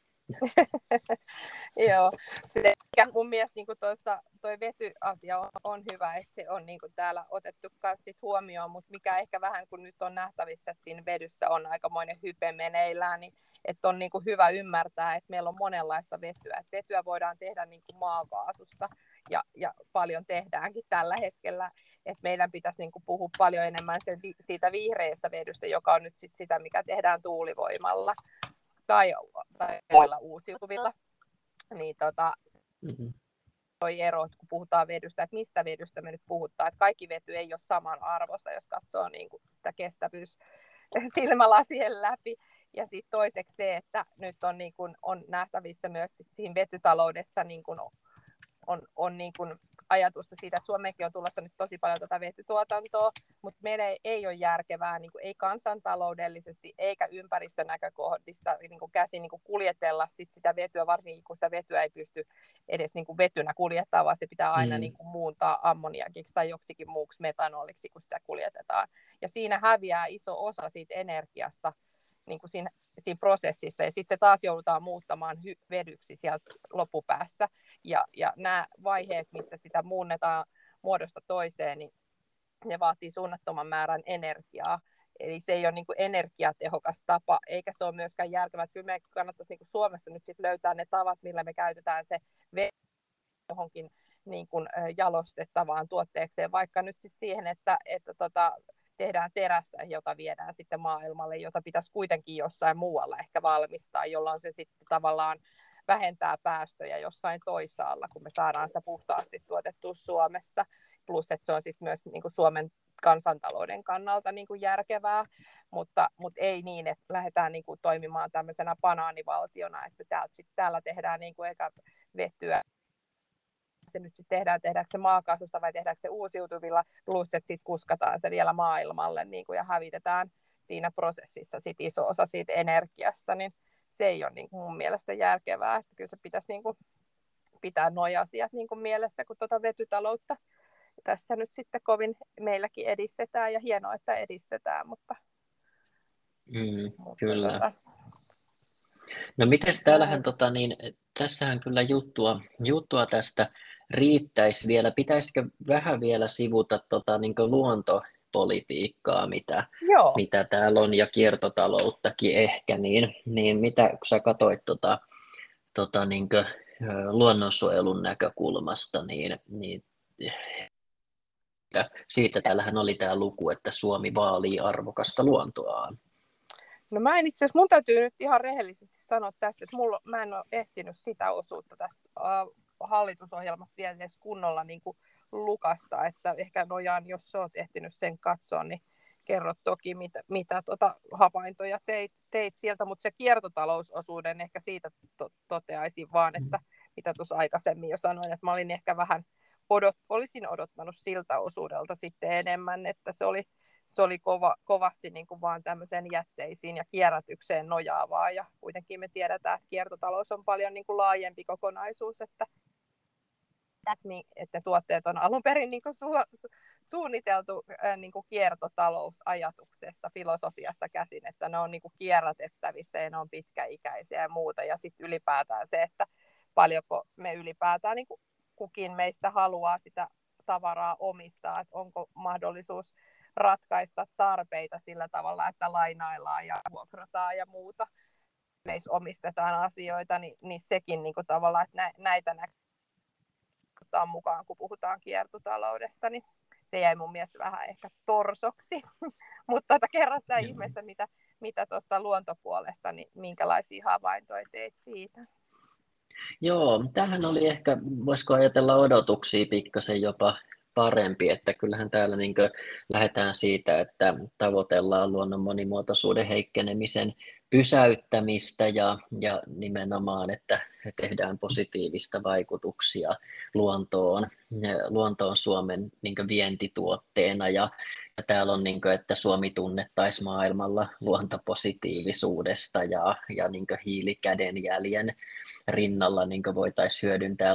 Joo, se mun mielestä niin tuossa toi vetyasia on, on hyvä, että se on niin täällä otettu sit huomioon, mutta mikä ehkä vähän kun nyt on nähtävissä, että siinä vedyssä on aikamoinen hype meneillään, niin että on niin hyvä ymmärtää, että meillä on monenlaista vetyä. Että vetyä voidaan tehdä niin maakaasusta ja, ja paljon tehdäänkin tällä hetkellä, että meidän pitäisi niin puhua paljon enemmän sen, siitä vihreästä vedystä, joka on nyt sit sitä, mikä tehdään tuulivoimalla tai, tai muilla uusiutuvilla. Niin tota, mm-hmm. toi ero, kun puhutaan vedystä, että mistä vedystä me nyt puhutaan, että kaikki vety ei ole samanarvoista, jos katsoo niin kuin sitä kestävyys silmälasien läpi. Ja sitten toiseksi se, että nyt on, niin kuin, on nähtävissä myös sit siinä vetytaloudessa niin kuin on, on, on niin kuin ajatusta siitä, että Suomeenkin on tulossa nyt tosi paljon tätä vetytuotantoa, mutta meidän ei, ei ole järkevää, niin kuin, ei kansantaloudellisesti eikä ympäristönäkökohdista niin kuin käsin niin kuin kuljetella sit sitä vetyä, varsinkin kun sitä vetyä ei pysty edes niin kuin vetynä kuljettaa, vaan se pitää aina mm. niin kuin muuntaa ammoniakiksi tai joksikin muuksi metanoliksi, kun sitä kuljetetaan. Ja siinä häviää iso osa siitä energiasta, niin kuin siinä, siinä prosessissa, ja sitten se taas joudutaan muuttamaan hy- vedyksi sieltä loppupäässä. Ja, ja nämä vaiheet, missä sitä muunnetaan muodosta toiseen, niin ne vaatii suunnattoman määrän energiaa. Eli se ei ole niin kuin energiatehokas tapa, eikä se ole myöskään järkevää. Kyllä meidän kannattaisi niin kuin Suomessa nyt sit löytää ne tavat, millä me käytetään se vety johonkin niin kuin jalostettavaan tuotteekseen, vaikka nyt sit siihen, että, että tota, tehdään terästä, jota viedään sitten maailmalle, jota pitäisi kuitenkin jossain muualla ehkä valmistaa, jolloin se sitten tavallaan vähentää päästöjä jossain toisaalla, kun me saadaan sitä puhtaasti tuotettua Suomessa. Plus, että se on sitten myös niin kuin Suomen kansantalouden kannalta niin kuin järkevää, mutta, mutta ei niin, että lähdetään niin kuin toimimaan tämmöisenä banaanivaltiona, että täältä, sit, täällä tehdään niin kuin eikä vetyä. Se nyt sitten tehdään, tehdäänkö se maakaasusta vai tehdäänkö se uusiutuvilla, plus että sitten kuskataan se vielä maailmalle niin kuin, ja hävitetään siinä prosessissa sit iso osa siitä energiasta, niin se ei ole niin kuin mun mielestä järkevää, että kyllä se pitäisi niin kuin pitää nuo asiat niin kuin mielessä, kun tuota vetytaloutta tässä nyt sitten kovin meilläkin edistetään, ja hienoa, että edistetään, mutta... Mm, mutta kyllä. Tota... No mites täällähän, tota, niin, tässähän kyllä juttua, juttua tästä riittäisi vielä. Pitäisikö vähän vielä sivuta tota, niin kuin luontopolitiikkaa, mitä, mitä täällä on, ja kiertotalouttakin ehkä, niin, niin mitä, kun sä katsoit tota, tota, niin kuin, luonnonsuojelun näkökulmasta, niin, niin siitä täällähän oli tämä luku, että Suomi vaalii arvokasta luontoaan. No mä en itse asiassa, mun täytyy nyt ihan rehellisesti sanoa tässä, että mulla, mä en ole ehtinyt sitä osuutta tästä uh, hallitusohjelmasta vielä edes kunnolla niin kuin lukasta, että ehkä Nojaan, jos sä oot ehtinyt sen katsoa, niin kerro toki, mitä, mitä tota havaintoja teit, teit sieltä, mutta se kiertotalousosuuden ehkä siitä to, toteaisin vaan, että mitä tuossa aikaisemmin jo sanoin, että mä olin ehkä vähän, odot, olisin odottanut siltä osuudelta sitten enemmän, että se oli Se oli kova, kovasti niin kuin vaan tämmöiseen jätteisiin ja kierrätykseen nojaavaa, ja kuitenkin me tiedetään, että kiertotalous on paljon niin kuin laajempi kokonaisuus, että, että tuotteet on alun perin niin kuin su, su, suunniteltu niin kuin kiertotalousajatuksesta, filosofiasta käsin, että ne on niin kuin kierrätettävissä ja ne on pitkäikäisiä ja muuta, ja sitten ylipäätään se, että paljonko me ylipäätään niin kuin kukin meistä haluaa sitä tavaraa omistaa, että onko mahdollisuus ratkaista tarpeita sillä tavalla, että lainaillaan ja vuokrataan ja muuta. Meissä omistetaan asioita, niin, niin sekin niin kuin tavallaan, että näitä näkyy ottaa mukaan, kun puhutaan kiertotaloudesta, niin se jäi mun mielestä vähän ehkä torsoksi. Mutta tota, kerro sä ihmeessä, mitä, mitä tuosta luontopuolesta, niin minkälaisia havaintoja teit siitä? Joo, tämähän oli ehkä, voisiko ajatella odotuksia pikkasen jopa parempi, että kyllähän täällä niin lähdetään siitä, että tavoitellaan luonnon monimuotoisuuden heikkenemisen pysäyttämistä ja, ja nimenomaan, että tehdään positiivista vaikutuksia luontoon, luontoon Suomen niin vientituotteena ja ja täällä on, niin kuin, että Suomi tunnettaisiin maailmalla luontopositiivisuudesta ja, ja niin hiilikädenjäljen rinnalla niin voitaisiin hyödyntää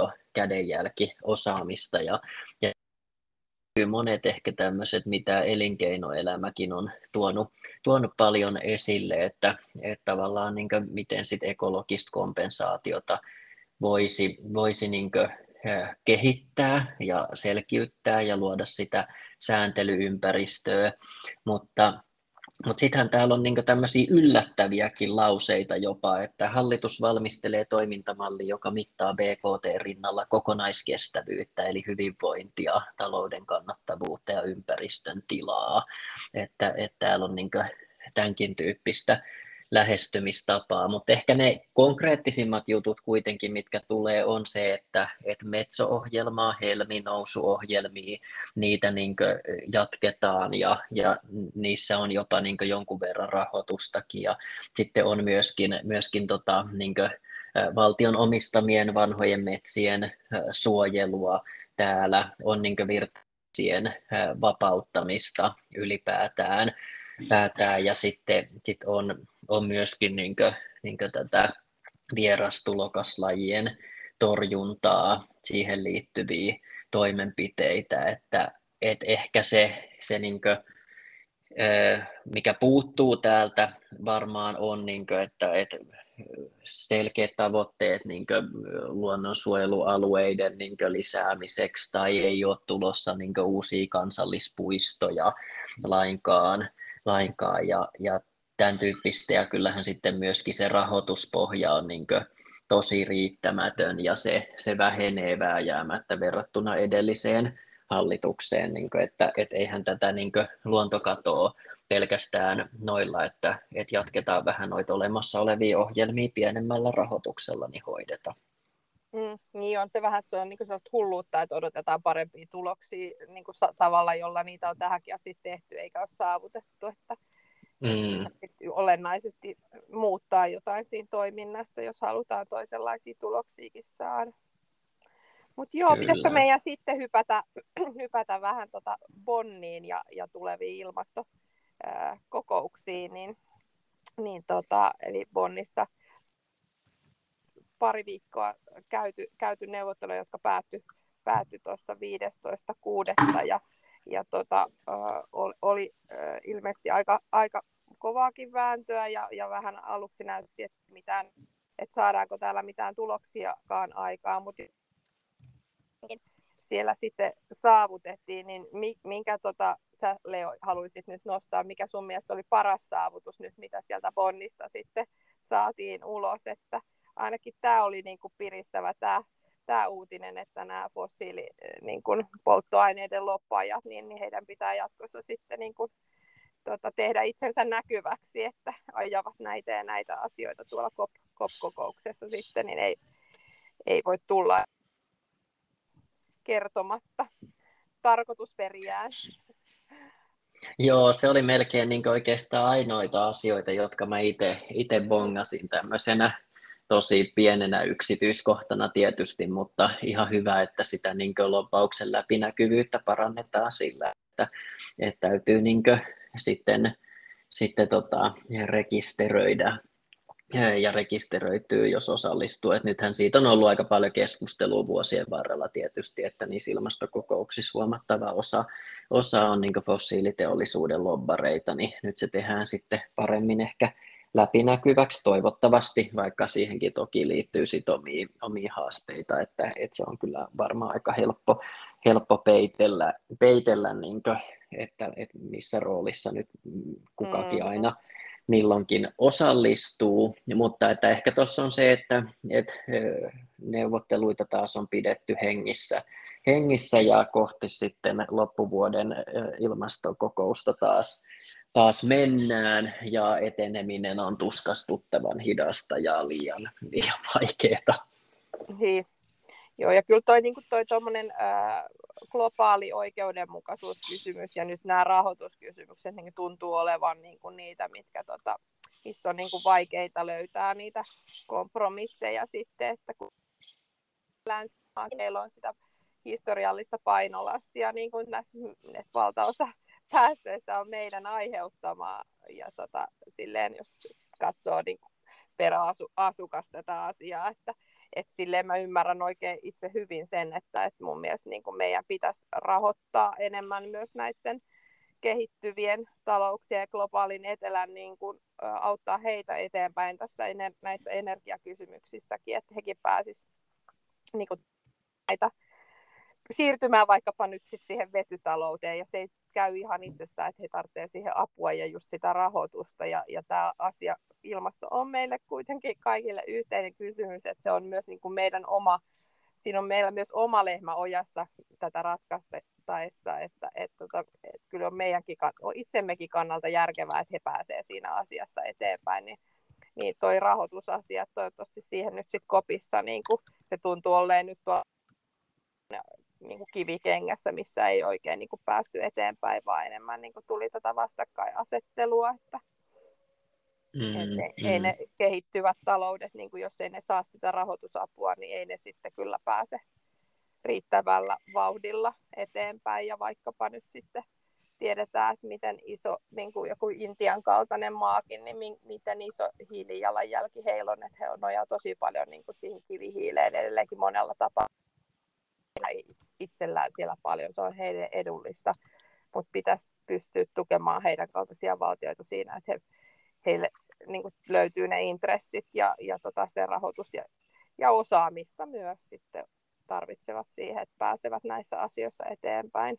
luontokädenjälkiosaamista. Ja, ja monet ehkä tämmöiset, mitä elinkeinoelämäkin on tuonut, tuonut paljon esille, että, että tavallaan niin miten sit ekologista kompensaatiota voisi, voisi niin kehittää ja selkiyttää ja luoda sitä sääntelyympäristöä, mutta, mutta sittenhän täällä on niin tämmöisiä yllättäviäkin lauseita jopa, että hallitus valmistelee toimintamalli, joka mittaa B K T-rinnalla kokonaiskestävyyttä, eli hyvinvointia, talouden kannattavuutta ja ympäristön tilaa, että, että täällä on niin tämänkin tyyppistä lähestymistapaa, mutta ehkä ne konkreettisimmat jutut kuitenkin, mitkä tulee, on se, että, että Metso-ohjelmaa, Helmi-nousuohjelmia, niitä niin jatketaan ja, ja niissä on jopa niin jonkun verran rahoitustakin ja sitten on myöskin, myöskin tota, niin valtion omistamien vanhojen metsien suojelua täällä, on niin virtaisien vapauttamista ylipäätään. Päätään, ja sitten sit on, on myöskin niin kuin, niin kuin tätä vierastulokaslajien torjuntaa, siihen liittyviä toimenpiteitä, että et ehkä se, se niin kuin, mikä puuttuu täältä varmaan on, niin kuin, että, että selkeät tavoitteet niin kuin luonnonsuojelualueiden niin kuin lisäämiseksi tai ei ole tulossa niin kuin uusia kansallispuistoja lainkaan. lainkaan ja, ja tämän tyyppistä, ja kyllähän sitten myöskin se rahoituspohja on niin kuin tosi riittämätön ja se, se vähenee vääjäämättä verrattuna edelliseen hallitukseen, niin kuin, että et eihän tätä niin kuin luontokatoa pelkästään noilla, että et jatketaan vähän noita olemassa olevia ohjelmia pienemmällä rahoituksella, niin hoideta. Mm, niin on se vähän, se on niin kuin sellaista hulluutta, että odotetaan parempia tuloksia niin kuin tavalla, jolla niitä on tähänkin asti tehty eikä ole saavutettu, että mm. olennaisesti muuttaa jotain siinä toiminnassa, jos halutaan toisenlaisia tuloksiakin saada. Mutta joo, pitäisikö meidän sitten hypätä, hypätä vähän tota Bonniin ja, ja tuleviin ilmastokokouksiin, niin, niin tota, eli Bonnissa pari viikkoa käyty, käyty neuvotteluja, jotka päättyi päättyi tuossa viidestoista kuudetta ja, ja tota, oli, oli ilmeisesti aika, aika kovaakin vääntöä ja, ja vähän aluksi näytti, että, mitään, että saadaanko täällä mitään tuloksiakaan aikaan, mutta siellä sitten saavutettiin, niin minkä tota, sä Leo haluaisit nyt nostaa, mikä sun mielestä oli paras saavutus nyt, mitä sieltä Bonnista sitten saatiin ulos, että ainakin tämä oli niin kuin piristävä tämä, tämä uutinen, että nämä fossiilipolttoaineiden niin loppuajat, niin, niin heidän pitää jatkossa sitten niin kuin, tota, tehdä itsensä näkyväksi, että ajavat näitä ja näitä asioita tuolla C O P, C O P-kokouksessa sitten, niin ei, ei voi tulla kertomatta tarkoitusperiään. Joo, se oli melkein niin oikeastaan ainoita asioita, jotka mä itse bongasin tämmöisenä tosi pienenä yksityiskohtana tietysti, mutta ihan hyvä, että sitä niin lobbauksen läpinäkyvyyttä parannetaan sillä, että, että täytyy niin sitten, sitten tota, rekisteröidä ja rekisteröityy, jos osallistuu. Et nythän siitä on ollut aika paljon keskustelua vuosien varrella tietysti, että niissä ilmastokokouksissa huomattava osa, osa on niin fossiiliteollisuuden lobbareita, niin nyt se tehdään sitten paremmin ehkä läpinäkyväksi toivottavasti, vaikka siihenkin toki liittyy sit omia, omia haasteita, että, että se on kyllä varmaan aika helppo, helppo peitellä, peitellä niin kuin, että, että missä roolissa nyt kukakin aina milloinkin osallistuu, mutta että ehkä tuossa on se, että, että neuvotteluita taas on pidetty hengissä, hengissä ja kohti sitten loppuvuoden ilmastokokousta taas, taas mennään ja eteneminen on tuskastuttavan hidasta ja liian, liian vaikeaa. Niin. Joo, ja kyllä toi, niin toi tommonen, ää, globaali oikeudenmukaisuuskysymys ja nyt nämä rahoituskysymykset niin tuntuu olevan niin kuin niitä, mitkä tota, missä on niin kuin vaikeita löytää niitä kompromisseja sitten, että kun länsimailla on sitä historiallista painolastia, niin kuin näissä, että valtaosa päästöistä on meidän aiheuttamaa, ja tota, silleen jos katsoo niin kuin per asukas tätä asiaa, että et silleen mä ymmärrän oikein itse hyvin sen, että et mun mielestä niin kuin meidän pitäisi rahoittaa enemmän myös näiden kehittyvien talouksien ja globaalin etelän niin kuin, ä, auttaa heitä eteenpäin tässä ener- näissä energiakysymyksissäkin, että hekin pääsisivät niin kuin, näitä siirtymään vaikkapa nyt sit siihen vetytalouteen, ja se ei käy ihan itsestään, että he tarvitsevat siihen apua ja just sitä rahoitusta, ja, ja tämä asia, ilmasto on meille kuitenkin kaikille yhteinen kysymys, että se on myös niin kuin meidän oma, siinä on meillä myös oma lehmä ojassa tätä ratkaistaessa, että, että, että, että kyllä on meidänkin, itsemmekin kannalta järkevää, että he pääsevät siinä asiassa eteenpäin, niin, niin toi rahoitusasia, toivottavasti siihen nyt sitten kopissa, niin kuin se tuntuu olleen nyt tuolla niin kuin kivikengässä, missä ei oikein niin kuin päästy eteenpäin, vaan enemmän niin kuin tuli tätä vastakkainasettelua, että Mm, et ne, mm. ei ne kehittyvät taloudet, niin kuin jos ei ne saa sitä rahoitusapua, niin ei ne sitten kyllä pääse riittävällä vauhdilla eteenpäin, ja vaikkapa nyt sitten tiedetään, että miten iso, niin kuin joku Intian kaltainen maakin, niin mi- miten iso hiilijalanjälki heillä on, että he nojaa tosi paljon niin kuin siihen kivihiileen edelleenkin monella tapaa. Itsellään siellä paljon, se on heille edullista, mutta pitäisi pystyä tukemaan heidän kaltaisia valtioita siinä, että he, heille niin kuin löytyy ne intressit ja, ja tota, se rahoitus ja, ja osaamista myös sitten tarvitsevat siihen, että pääsevät näissä asioissa eteenpäin.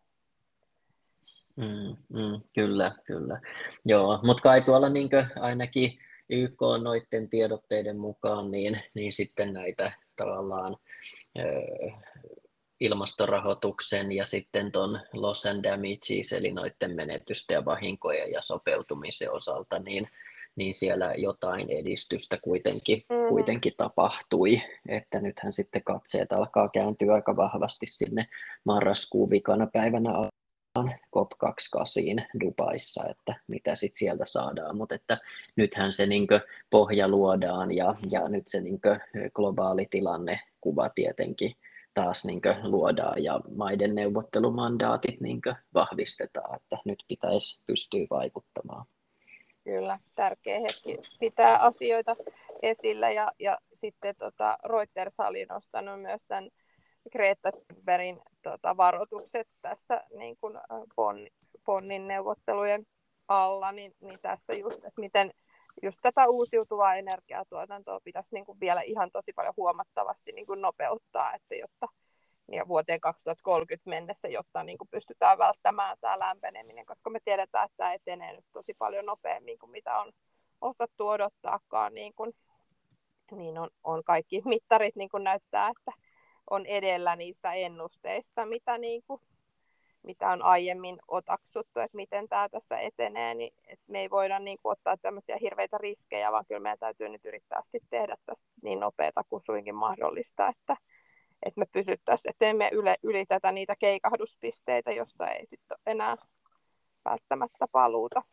Mm, mm, kyllä, kyllä. Joo, mutta kai tuolla niinkö ainakin Y K noiden tiedotteiden mukaan, niin, niin sitten näitä tavallaan ö, ilmastorahoituksen ja sitten tuon loss and damages, eli noiden menetysten ja vahinkojen ja sopeutumisen osalta, niin, niin siellä jotain edistystä kuitenkin, Mm-hmm. kuitenkin tapahtui, että nythän sitten katseet alkaa kääntyä aika vahvasti sinne marraskuun vikana päivänä COP kaksikymmentäkahdeksan Dubaissa, että mitä sitten sieltä saadaan, mutta että nythän se niinkö pohja luodaan ja, ja nyt se niinkö globaali tilannekuva tietenkin taas niinkö luodaan ja maiden neuvottelumandaatit niinkö vahvistetaan, että nyt pitäisi pystyä vaikuttamaan. Kyllä, tärkeä hetki pitää asioita esillä, ja, ja sitten tota, Reuters oli nostanut myös tämän Greta Thunbergin tota, varoitukset tässä niin kuin Bonn, Bonnin neuvottelujen alla, niin, niin tästä just, että miten just tätä uusiutuvaa energiatuotantoa pitäisi niin kuin vielä ihan tosi paljon huomattavasti niin kuin nopeuttaa, että jotta ja vuoteen kaksituhattakolmekymmentä mennessä, jotta niin kuin pystytään välttämään tämä lämpeneminen, koska me tiedetään, että tämä etenee nyt tosi paljon nopeammin kuin mitä on osattu odottaakaan, niin, kuin, niin on, on kaikki mittarit niin kuin näyttää, että on edellä niistä ennusteista, mitä, niin kuin, mitä on aiemmin otaksuttu, että miten tämä tästä etenee, niin että me ei voida niin kuin ottaa tämmöisiä hirveitä riskejä, vaan kyllä meidän täytyy nyt yrittää sitten tehdä tästä niin nopeata kuin suinkin mahdollista, että että me pysyttäisiin, että emme yle, ylitetä niitä keikahduspisteitä, josta ei sitten enää välttämättä paluuta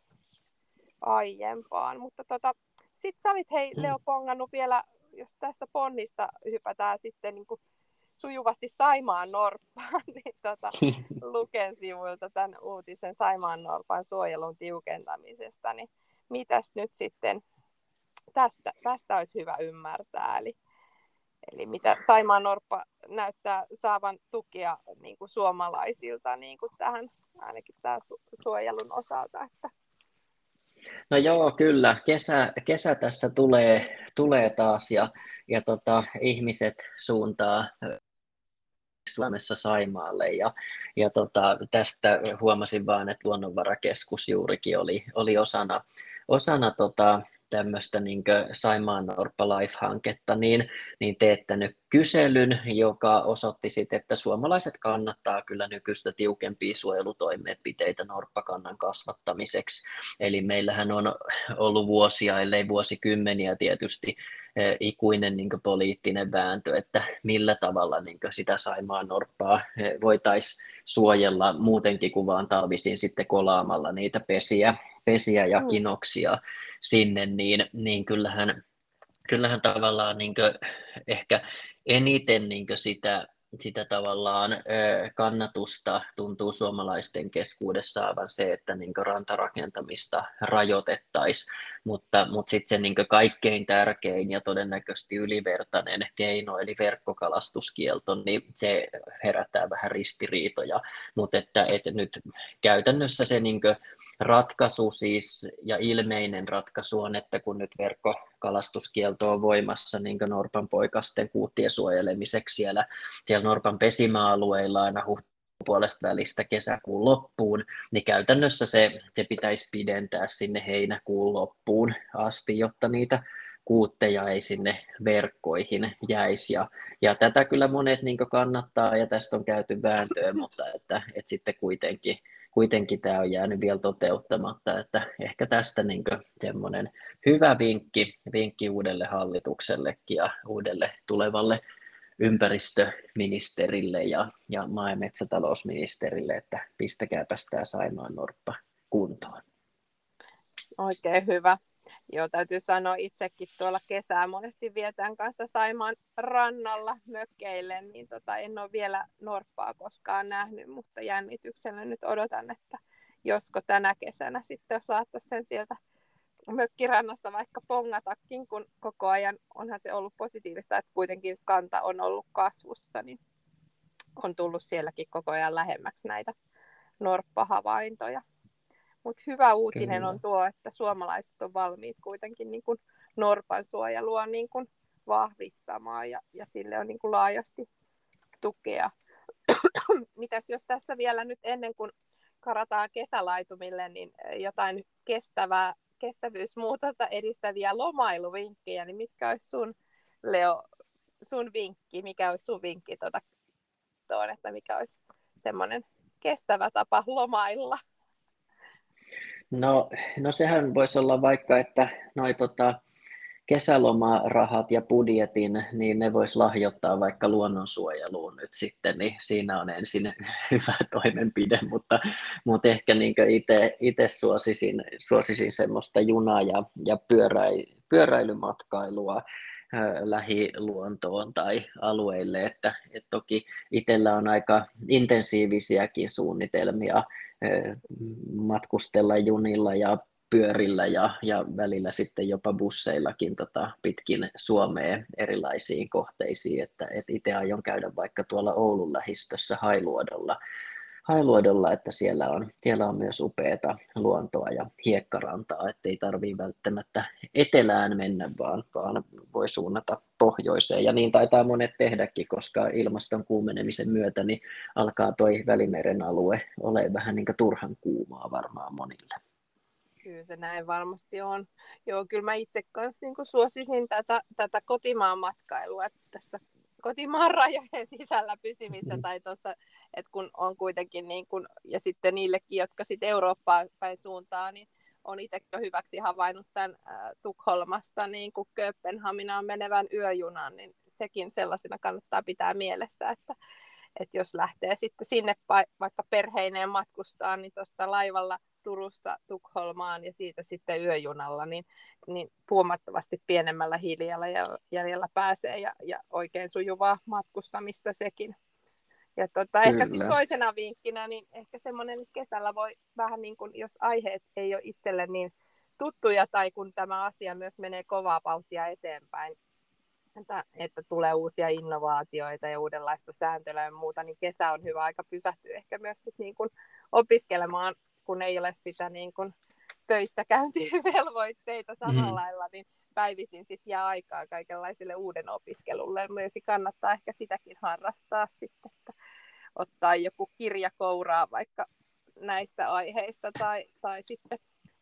aiempaan. Mutta tota, sitten sä olit, hei Leo, pongannut vielä, jos tästä Bonnista hypätään sitten niin kuin sujuvasti Saimaan norppaan, niin tota, Luken sivuilta tämän uutisen Saimaan norpan suojelun tiukentamisesta, niin mitäs nyt sitten tästä, tästä olisi hyvä ymmärtää, eli Eli mitä Saimaannorppa näyttää saavan tukea niin kuin suomalaisilta niin kuin tähän, ainakin tämä suojelun osalta. Että. No joo, kyllä. Kesä, kesä tässä tulee, tulee taas ja, ja tota, ihmiset suuntaa Suomessa Saimaalle. Ja, ja tota, tästä huomasin vaan, että Luonnonvarakeskus juurikin oli, oli osana, osana tota, tämmöistä niin Saimaannorppa Life-hanketta, niin, niin teettänyt kyselyn, joka osoitti sitten, että suomalaiset kannattaa kyllä nykyistä tiukempia suojelutoimenpiteitä norppakannan kasvattamiseksi. Eli meillähän on ollut vuosia, ellei vuosikymmeniä tietysti ikuinen niin poliittinen vääntö, että millä tavalla niin sitä Saimaannorppaa voitaisiin suojella muutenkin kuin vaan talvisin sitten kolaamalla niitä pesiä, pesiä ja kinoksia sinne, niin, niin kyllähän, kyllähän tavallaan niin ehkä eniten niin sitä, sitä tavallaan kannatusta tuntuu suomalaisten keskuudessa aivan se, että niin rantarakentamista rajoitettaisiin, mutta, mutta sitten se niin kaikkein tärkein ja todennäköisesti ylivertainen keino, eli verkkokalastuskielto, niin se herättää vähän ristiriitoja, mutta että, että nyt käytännössä se niin ratkaisu siis ja ilmeinen ratkaisu on, että kun nyt verkkokalastuskielto on voimassa niin norpan poikasten kuuttien suojelemiseksi siellä, siellä norpan pesimäalueilla aina huhtikuun puolesta välistä kesäkuun loppuun, niin käytännössä se, se pitäisi pidentää sinne heinäkuun loppuun asti, jotta niitä kuutteja ei sinne verkkoihin jäisi. Ja, ja tätä kyllä monet niin kannattaa ja tästä on käyty vääntöä, mutta että, että sitten kuitenkin Kuitenkin tämä on jäänyt vielä toteuttamatta, että ehkä tästä niin semmoinen hyvä vinkki, vinkki uudelle hallituksellekin ja uudelle tulevalle ympäristöministerille ja, ja maa- ja metsätalousministerille, että pistäkääpäs tämä Saimaannorppa kuntoon. Oikein hyvä. Joo, täytyy sanoa itsekin tuolla kesää monesti vietään kanssa Saimaan rannalla mökkeille, niin tota, en ole vielä norppaa koskaan nähnyt, mutta jännityksellä nyt odotan, että josko tänä kesänä sitten saattaisi sen sieltä mökkirannasta vaikka pongatakin, kun koko ajan onhan se ollut positiivista, että kuitenkin kanta on ollut kasvussa, niin on tullut sielläkin koko ajan lähemmäksi näitä norppahavaintoja. Mutta hyvä uutinen Kyllä. on tuo, että suomalaiset on valmiit kuitenkin niin kuin norpan suojelua niin kuin vahvistamaan ja, ja sille on niin kuin laajasti tukea. Mitäs jos tässä vielä nyt ennen kuin karataan kesälaitumille, niin jotain kestävää, kestävyysmuutosta edistäviä lomailuvinkkejä, niin mitkä olisi sun, Leo, sun vinkki, mikä olisi sun vinkki tuota, tuon, että mikä olisi semmoinen kestävä tapa lomailla? No, no sehän voisi olla vaikka, että noi tota, kesälomarahat ja budjetin, niin ne voisi lahjoittaa vaikka luonnonsuojeluun nyt sitten, niin siinä on ensin hyvä toimenpide, mutta, mutta ehkä niin itse suosisin, suosisin semmoista juna- ja, ja pyöräi, pyöräilymatkailua lähiluontoon tai alueille, että, että toki itsellä on aika intensiivisiäkin suunnitelmia matkustella junilla ja pyörillä ja, ja välillä sitten jopa busseillakin tota, pitkin Suomeen erilaisiin kohteisiin, että et itse aion käydä vaikka tuolla Oulun lähistössä Hailuodolla, Hailuodolla, että siellä on, siellä on myös upeata luontoa ja hiekkarantaa, ettei tarvitse välttämättä etelään mennä, vaan, vaan voi suunnata pohjoiseen. Ja niin taitaa monet tehdäkin, koska ilmaston kuumenemisen myötä niin alkaa toi Välimeren alue olemaan vähän niin kuin turhan kuumaa varmaan monille. Kyllä se näin varmasti on. Joo, kyllä mä itse kanssa niin suosisin tätä, tätä kotimaan matkailua tässä kotimaan rajojen sisällä pysymistä tai tuossa, että kun on kuitenkin niin kuin, ja sitten niillekin, jotka sitten Eurooppaan päin suuntaa, niin on itsekin jo hyväksi havainnut tämän äh, Tukholmasta niin kuin Kööpenhaminaan menevän yöjunan, niin sekin sellaisena kannattaa pitää mielessä, että, että jos lähtee sitten sinne vaikka perheineen matkustaa, niin tuosta laivalla Turusta Tukholmaan ja siitä sitten yöjunalla, niin, niin huomattavasti pienemmällä hiilijalanjäljellä pääsee ja, ja oikein sujuvaa matkustamista sekin. Ja tota, ehkä sitten toisena vinkkinä, niin ehkä semmoinen kesällä voi vähän niin kuin, jos aiheet ei ole itselle niin tuttuja tai kun tämä asia myös menee kovaa vauhtia eteenpäin, että, että tulee uusia innovaatioita ja uudenlaista sääntelyä ja muuta, niin kesä on hyvä aika pysähtyä ehkä myös sit niin kuin opiskelemaan, kun ei ole sitä niin kuin töissä käyntivelvoitteita samalla lailla, niin päivisin sitten jää aikaa kaikenlaisille uuden opiskelulle. Myös kannattaa ehkä sitäkin harrastaa sitten, että ottaa joku kirja kouraa vaikka näistä aiheista tai, tai sitten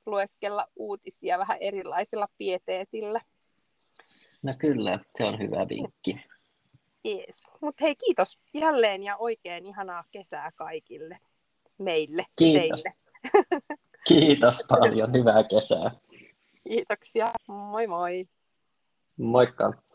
lueskella uutisia vähän erilaisilla pieteetillä. No kyllä, se on hyvä vinkki. Jees. Mutta hei, kiitos jälleen ja oikein ihanaa kesää kaikille meille, Kiitos. teille. Kiitos paljon, hyvää kesää. Kiitoksia, moi moi. Moikka.